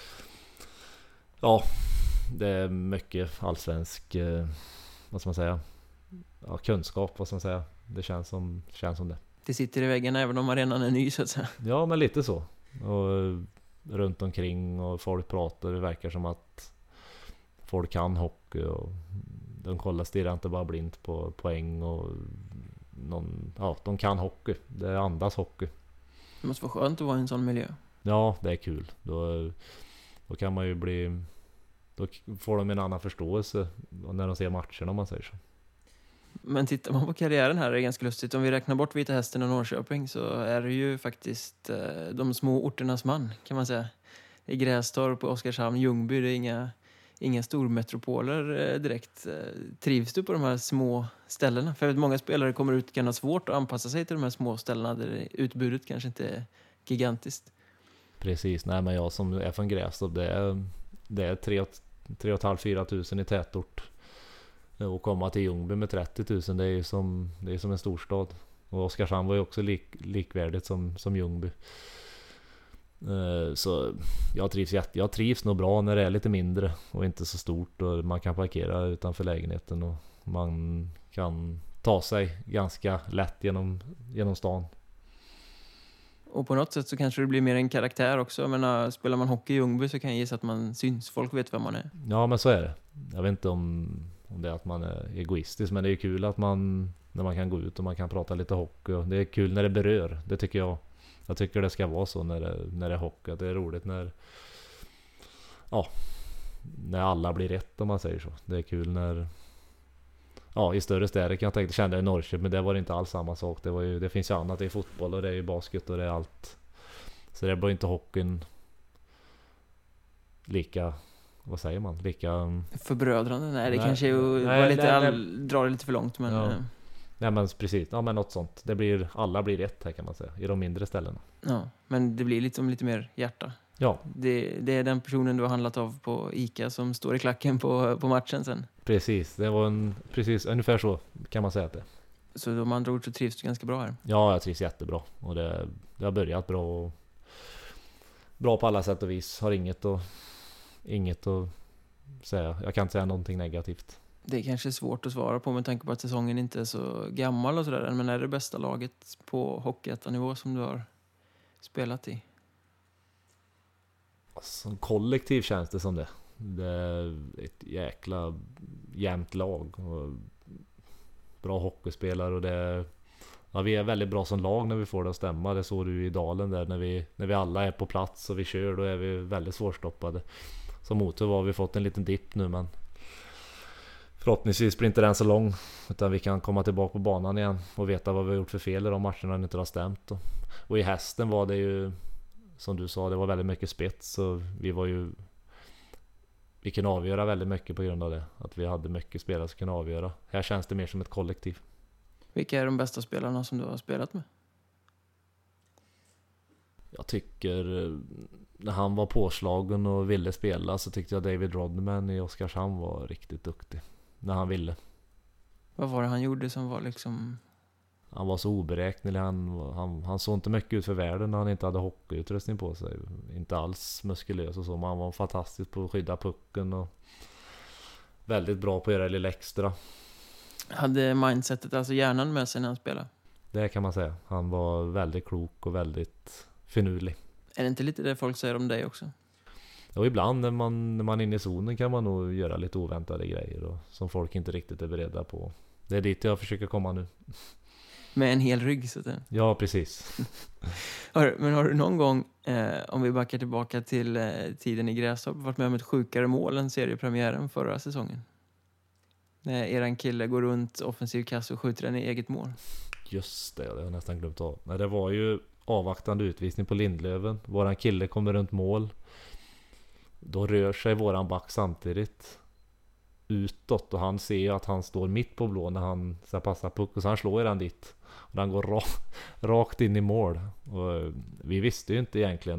[SPEAKER 2] ja, det är mycket allsvensk, vad ska man säga, ja, kunskap, vad ska man säga. Det känns som det.
[SPEAKER 1] Det sitter i väggarna även om arenan är ny så att säga.
[SPEAKER 2] Ja, men lite så. Och runt omkring och folk pratar, det verkar som att folk kan hockey och de stirrar inte bara blint på poäng och de kan hockey. Det andas hockey.
[SPEAKER 1] Det måste vara skönt att vara i en sån miljö.
[SPEAKER 2] Ja, det är kul. Då kan man ju då får de en annan förståelse när de ser matcherna, om man säger så.
[SPEAKER 1] Men tittar man på karriären här är det ganska lustigt. Om vi räknar bort Vita Hästen och Norrköping så är det ju faktiskt de små orternas man, kan man säga. I Grästorp, Oskarshamn, Ljungby, det är inga stormetropoler direkt. Trivs du på de här små ställena? För jag vet, många spelare kommer ut kan ha svårt att anpassa sig till de här små ställena där utbudet kanske inte är gigantiskt.
[SPEAKER 2] Precis, nej, men jag som är från Grästorp, det är 3 500-4 tusen i tätort. Och komma till Ljungby med 30 000, det är som en storstad. Och Oskarshamn var ju också likvärdigt som Ljungby. Så jag trivs nog bra när det är lite mindre och inte så stort, och man kan parkera utanför lägenheten och man kan ta sig ganska lätt genom stan.
[SPEAKER 1] Och på något sätt så kanske det blir mer en karaktär också. Jag menar, spelar man hockey i Ljungby så kan jag gissa att man syns. Folk vet vem man är.
[SPEAKER 2] Ja, men så är det. Jag vet inte om det är att man är egoistisk, men det är kul att när man kan gå ut och man kan prata lite hockey. Och det är kul när det berör. Det tycker jag. Jag tycker det ska vara så när det är hockey. Att det är roligt när alla blir rätt, om man säger så. Det är kul när i större städer kan jag tänka, kände jag i Norrköping, men det var inte alls samma sak. Det finns ju annat, det är fotboll och det är ju basket och det är allt. Så det blir inte hockeyn lika, vad säger man, lika
[SPEAKER 1] förbrödrande. Nej, det kanske drar det lite för långt, men
[SPEAKER 2] ja. Nej, men precis. Ja, men något sånt. Alla blir rätt här, kan man säga, i de mindre ställena.
[SPEAKER 1] Ja, men det blir lite mer hjärta.
[SPEAKER 2] Ja.
[SPEAKER 1] Det är den personen du har handlat av på ICA som står i klacken på matchen sen.
[SPEAKER 2] Precis, det var precis ungefär så kan man säga att det.
[SPEAKER 1] Så om andra ord så trivs du ganska bra här?
[SPEAKER 2] Ja, jag trivs jättebra. Och det har börjat bra på alla sätt och vis. Har inget att säga. Jag kan inte säga någonting negativt.
[SPEAKER 1] Det är kanske svårt att svara på med tanke på att säsongen inte är så gammal och sådär. Men är det bästa laget på hockeyettanivå som du har spelat i?
[SPEAKER 2] Som kollektiv känns det som det. Det är ett jäkla jämnt lag och bra hockeyspelare, och vi är väldigt bra som lag när vi får det att stämma. Det såg du i Dalen där när vi alla är på plats och vi kör, då är vi väldigt svårstoppade. Som motor har vi fått en liten dipp nu, men förhoppningsvis blir inte den så lång, utan vi kan komma tillbaka på banan igen och veta vad vi har gjort för fel i de matcherna när inte har stämt. Och i Hästen var det ju, som du sa, det var väldigt mycket spets, så vi kunde avgöra väldigt mycket på grund av det. Att vi hade mycket spelare som kunde avgöra. Här känns det mer som ett kollektiv.
[SPEAKER 1] Vilka är de bästa spelarna som du har spelat med?
[SPEAKER 2] Jag tycker, när han var påslagen och ville spela, så tyckte jag David Rodman i Oskarshamn var riktigt duktig. När han ville.
[SPEAKER 1] Vad var det han gjorde som var liksom...
[SPEAKER 2] Han var så oberäknelig. Han såg inte mycket ut för världen när han inte hade hockeyutrustning på sig. Inte alls muskulös och så, men han var fantastisk på att skydda pucken och väldigt bra på att göra lite extra.
[SPEAKER 1] Hade mindsetet, alltså hjärnan, med sig när han spelade?
[SPEAKER 2] Det kan man säga. Han var väldigt klok och väldigt finurlig.
[SPEAKER 1] Är det inte lite det folk säger om dig också?
[SPEAKER 2] Och ibland när man är inne i zonen kan man nog göra lite oväntade grejer och som folk inte riktigt är beredda på. Det är dit jag försöker komma nu.
[SPEAKER 1] Med en hel rygg så att det...
[SPEAKER 2] Ja, precis.
[SPEAKER 1] Men har du någon gång, om vi backar tillbaka till tiden i Grästorp, varit med om ett sjukare mål än seriepremiären förra säsongen? När eran kille går runt offensiv kasse och skjuter den i eget mål.
[SPEAKER 2] Just det, det har jag nästan glömt av. Nej, det var ju avvaktande utvisning på Lindlöven. Våran kille kommer runt mål. Då rör sig våran back samtidigt utåt och han ser att han står mitt på blå när han ska passa puck, och så han slår den dit och den går rakt in i mål. Och vi visste ju inte egentligen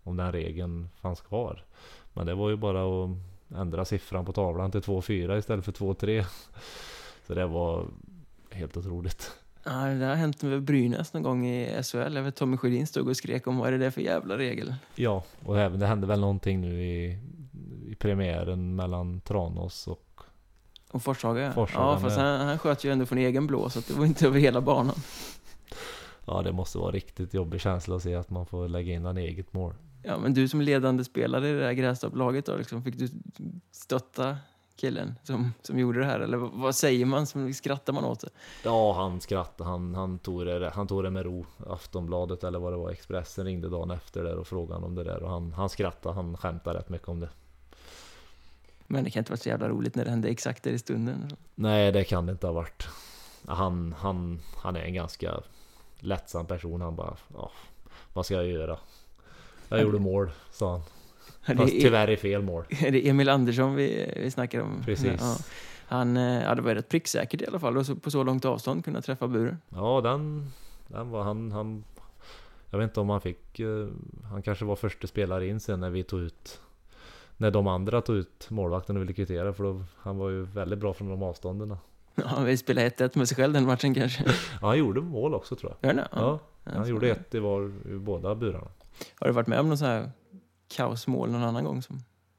[SPEAKER 2] om den regeln fanns kvar. Men det var ju bara att ändra siffran på tavlan till 2-4 istället för 2-3. Så det var helt otroligt.
[SPEAKER 1] Ja, det har hänt med Brynäs någon gång i SHL. Jag vet Tommy Sjödin stod och skrek om vad är det för jävla regel.
[SPEAKER 2] Ja, och även det hände väl någonting nu i premiären mellan Tranås
[SPEAKER 1] och Forshaga.
[SPEAKER 2] Forshaga,
[SPEAKER 1] ja, fast han sköt ju ändå från egen blå, så att det var inte över hela banan.
[SPEAKER 2] Ja, det måste vara riktigt jobbig känsla att se att man får lägga in en eget mål.
[SPEAKER 1] Ja, men du som ledande spelare i det där Grästorp-laget då, liksom, fick du stötta killen som gjorde det här? Eller vad säger man? Skrattar man åt det?
[SPEAKER 2] Ja, han skrattade. Han tog det med ro. Aftonbladet eller vad det var, Expressen ringde dagen efter där och frågade om det där. Och han skrattade, han skämtade rätt mycket om det.
[SPEAKER 1] Men det kan inte vara så jävla roligt när det hände exakt där i stunden.
[SPEAKER 2] Nej, det kan det inte ha varit. Han är en ganska lättsam person. Han bara, ja, vad ska jag göra? Jag gjorde mål, sa han. Fast tyvärr är fel mål.
[SPEAKER 1] Är det Emil Andersson vi snackar om?
[SPEAKER 2] Precis.
[SPEAKER 1] Ja. Det var rätt pricksäkert i alla fall. Och på så långt avstånd kunna träffa buren.
[SPEAKER 2] Ja, den var han. Jag vet inte om han fick. Han kanske var första spelare in sen när de andra tog ut målvakten och ville kvittera. För han var ju väldigt bra från de avstånden.
[SPEAKER 1] Ja, vi spelade 1-1 med sig själv den matchen kanske.
[SPEAKER 2] Ja, han gjorde mål också, tror jag. Ja, han gjorde ett i båda burarna.
[SPEAKER 1] Har du varit med om någon sån här kaosmål någon annan gång?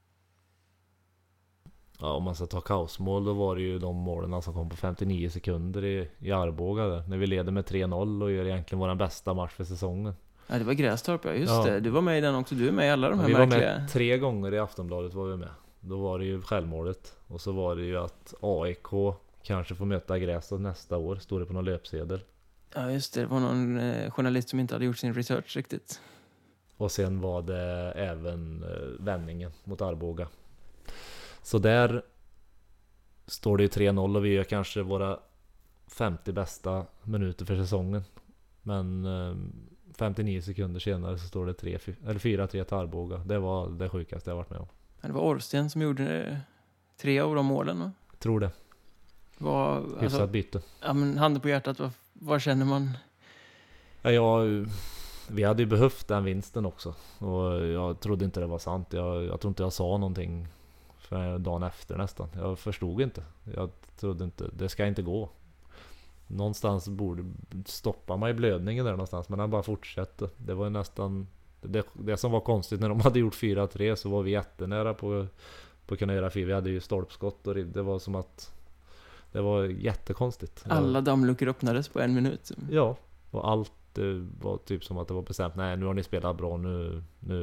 [SPEAKER 2] Ja, om man ska ta kaosmål, då var det ju de målen som kom på 59 sekunder i Arboga där. När vi leder med 3-0 och gör egentligen vår bästa match för säsongen.
[SPEAKER 1] Ja, det var Grästorp, ja. Just det. Du var med i den också. Du är med i alla de här
[SPEAKER 2] vi
[SPEAKER 1] märkliga...
[SPEAKER 2] Vi var med 3 gånger i Aftonbladet var vi med. Då var det ju självmålet. Och så var det ju att AIK kanske får möta Grästorp nästa år. Stod det på någon löpsedel.
[SPEAKER 1] Ja, just det. Det var någon journalist som inte hade gjort sin research riktigt.
[SPEAKER 2] Och sen var det även vändningen mot Arboga. Så där står det ju 3-0 och vi gör kanske våra 50 bästa minuter för säsongen. Men 59 sekunder senare så står det 4-3 till Arboga. Det var det sjukaste jag varit med om.
[SPEAKER 1] Det var Orsten som gjorde 3 av de målen, va?
[SPEAKER 2] Tror det. Hyfsat byte.
[SPEAKER 1] Ja, men handen på hjärtat, vad känner man?
[SPEAKER 2] Ja, vi hade ju behövt den vinsten också. Och jag trodde inte det var sant. Jag tror inte jag sa någonting för dagen efter nästan. Jag förstod inte. Jag trodde inte, det ska inte gå. Någonstans borde stoppa mig i blödningen där någonstans. Men han bara fortsatte. Det var nästan det som var konstigt när de hade gjort 4-3, så var vi jättenära på att kunna göra 4. Vi hade ju stolpskott och det var som att det var jättekonstigt.
[SPEAKER 1] Alla dammluckor öppnades på 1 minut.
[SPEAKER 2] Ja, och allt var typ som att det var bestämt. Nej, nu har ni spelat bra. Nu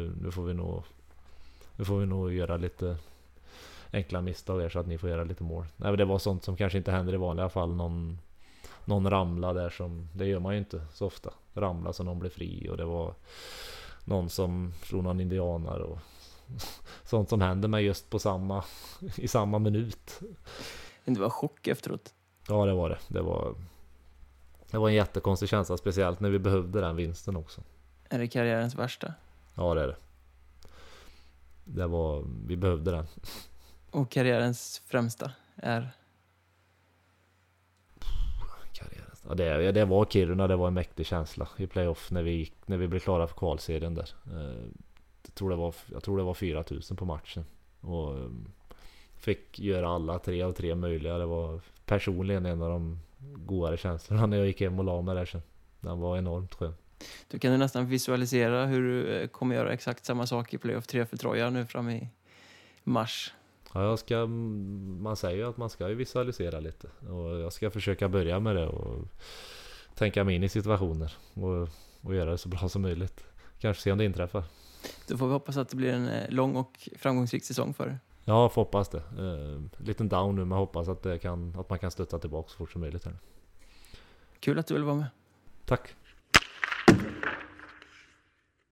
[SPEAKER 2] får vi nog göra lite enkla misstag där så att ni får göra lite mål. Nej, men det var sånt som kanske inte händer i vanliga fall. Någon ramla där, som det gör man ju inte så ofta. Ramla så någon blir fri, och det var någon som slog någon indianer och sånt som hände mig just i samma minut.
[SPEAKER 1] Det var chock efteråt.
[SPEAKER 2] Ja, det var det. Det var en jättekonstig känsla, speciellt när vi behövde den vinsten också.
[SPEAKER 1] Är det karriärens värsta?
[SPEAKER 2] Ja, det är det. Vi behövde den.
[SPEAKER 1] Och karriärens främsta är?
[SPEAKER 2] Ja, det var Kiruna. Det var en mäktig känsla i playoff när vi blev klara för kvalserien där. Jag tror det var 4000 på matchen. Och fick göra alla 3 av 3 möjliga. Det var personligen en av de godare känslorna när jag gick hem och la mig där sen. Den var enormt skön.
[SPEAKER 1] Du kan nästan visualisera hur du kommer göra exakt samma sak i playoff 3 för Troja nu fram i mars.
[SPEAKER 2] Ja, man säger ju att man ska ju visualisera lite. Och jag ska försöka börja med det och tänka mig in i situationer och göra det så bra som möjligt. Kanske se om det inträffar.
[SPEAKER 1] Då får vi hoppas att det blir en lång och framgångsrik säsong för dig.
[SPEAKER 2] Ja, får hoppas det. Liten down nu, men hoppas att man kan stötta tillbaka så fort som möjligt här.
[SPEAKER 1] Kul att du vill vara med.
[SPEAKER 2] Tack.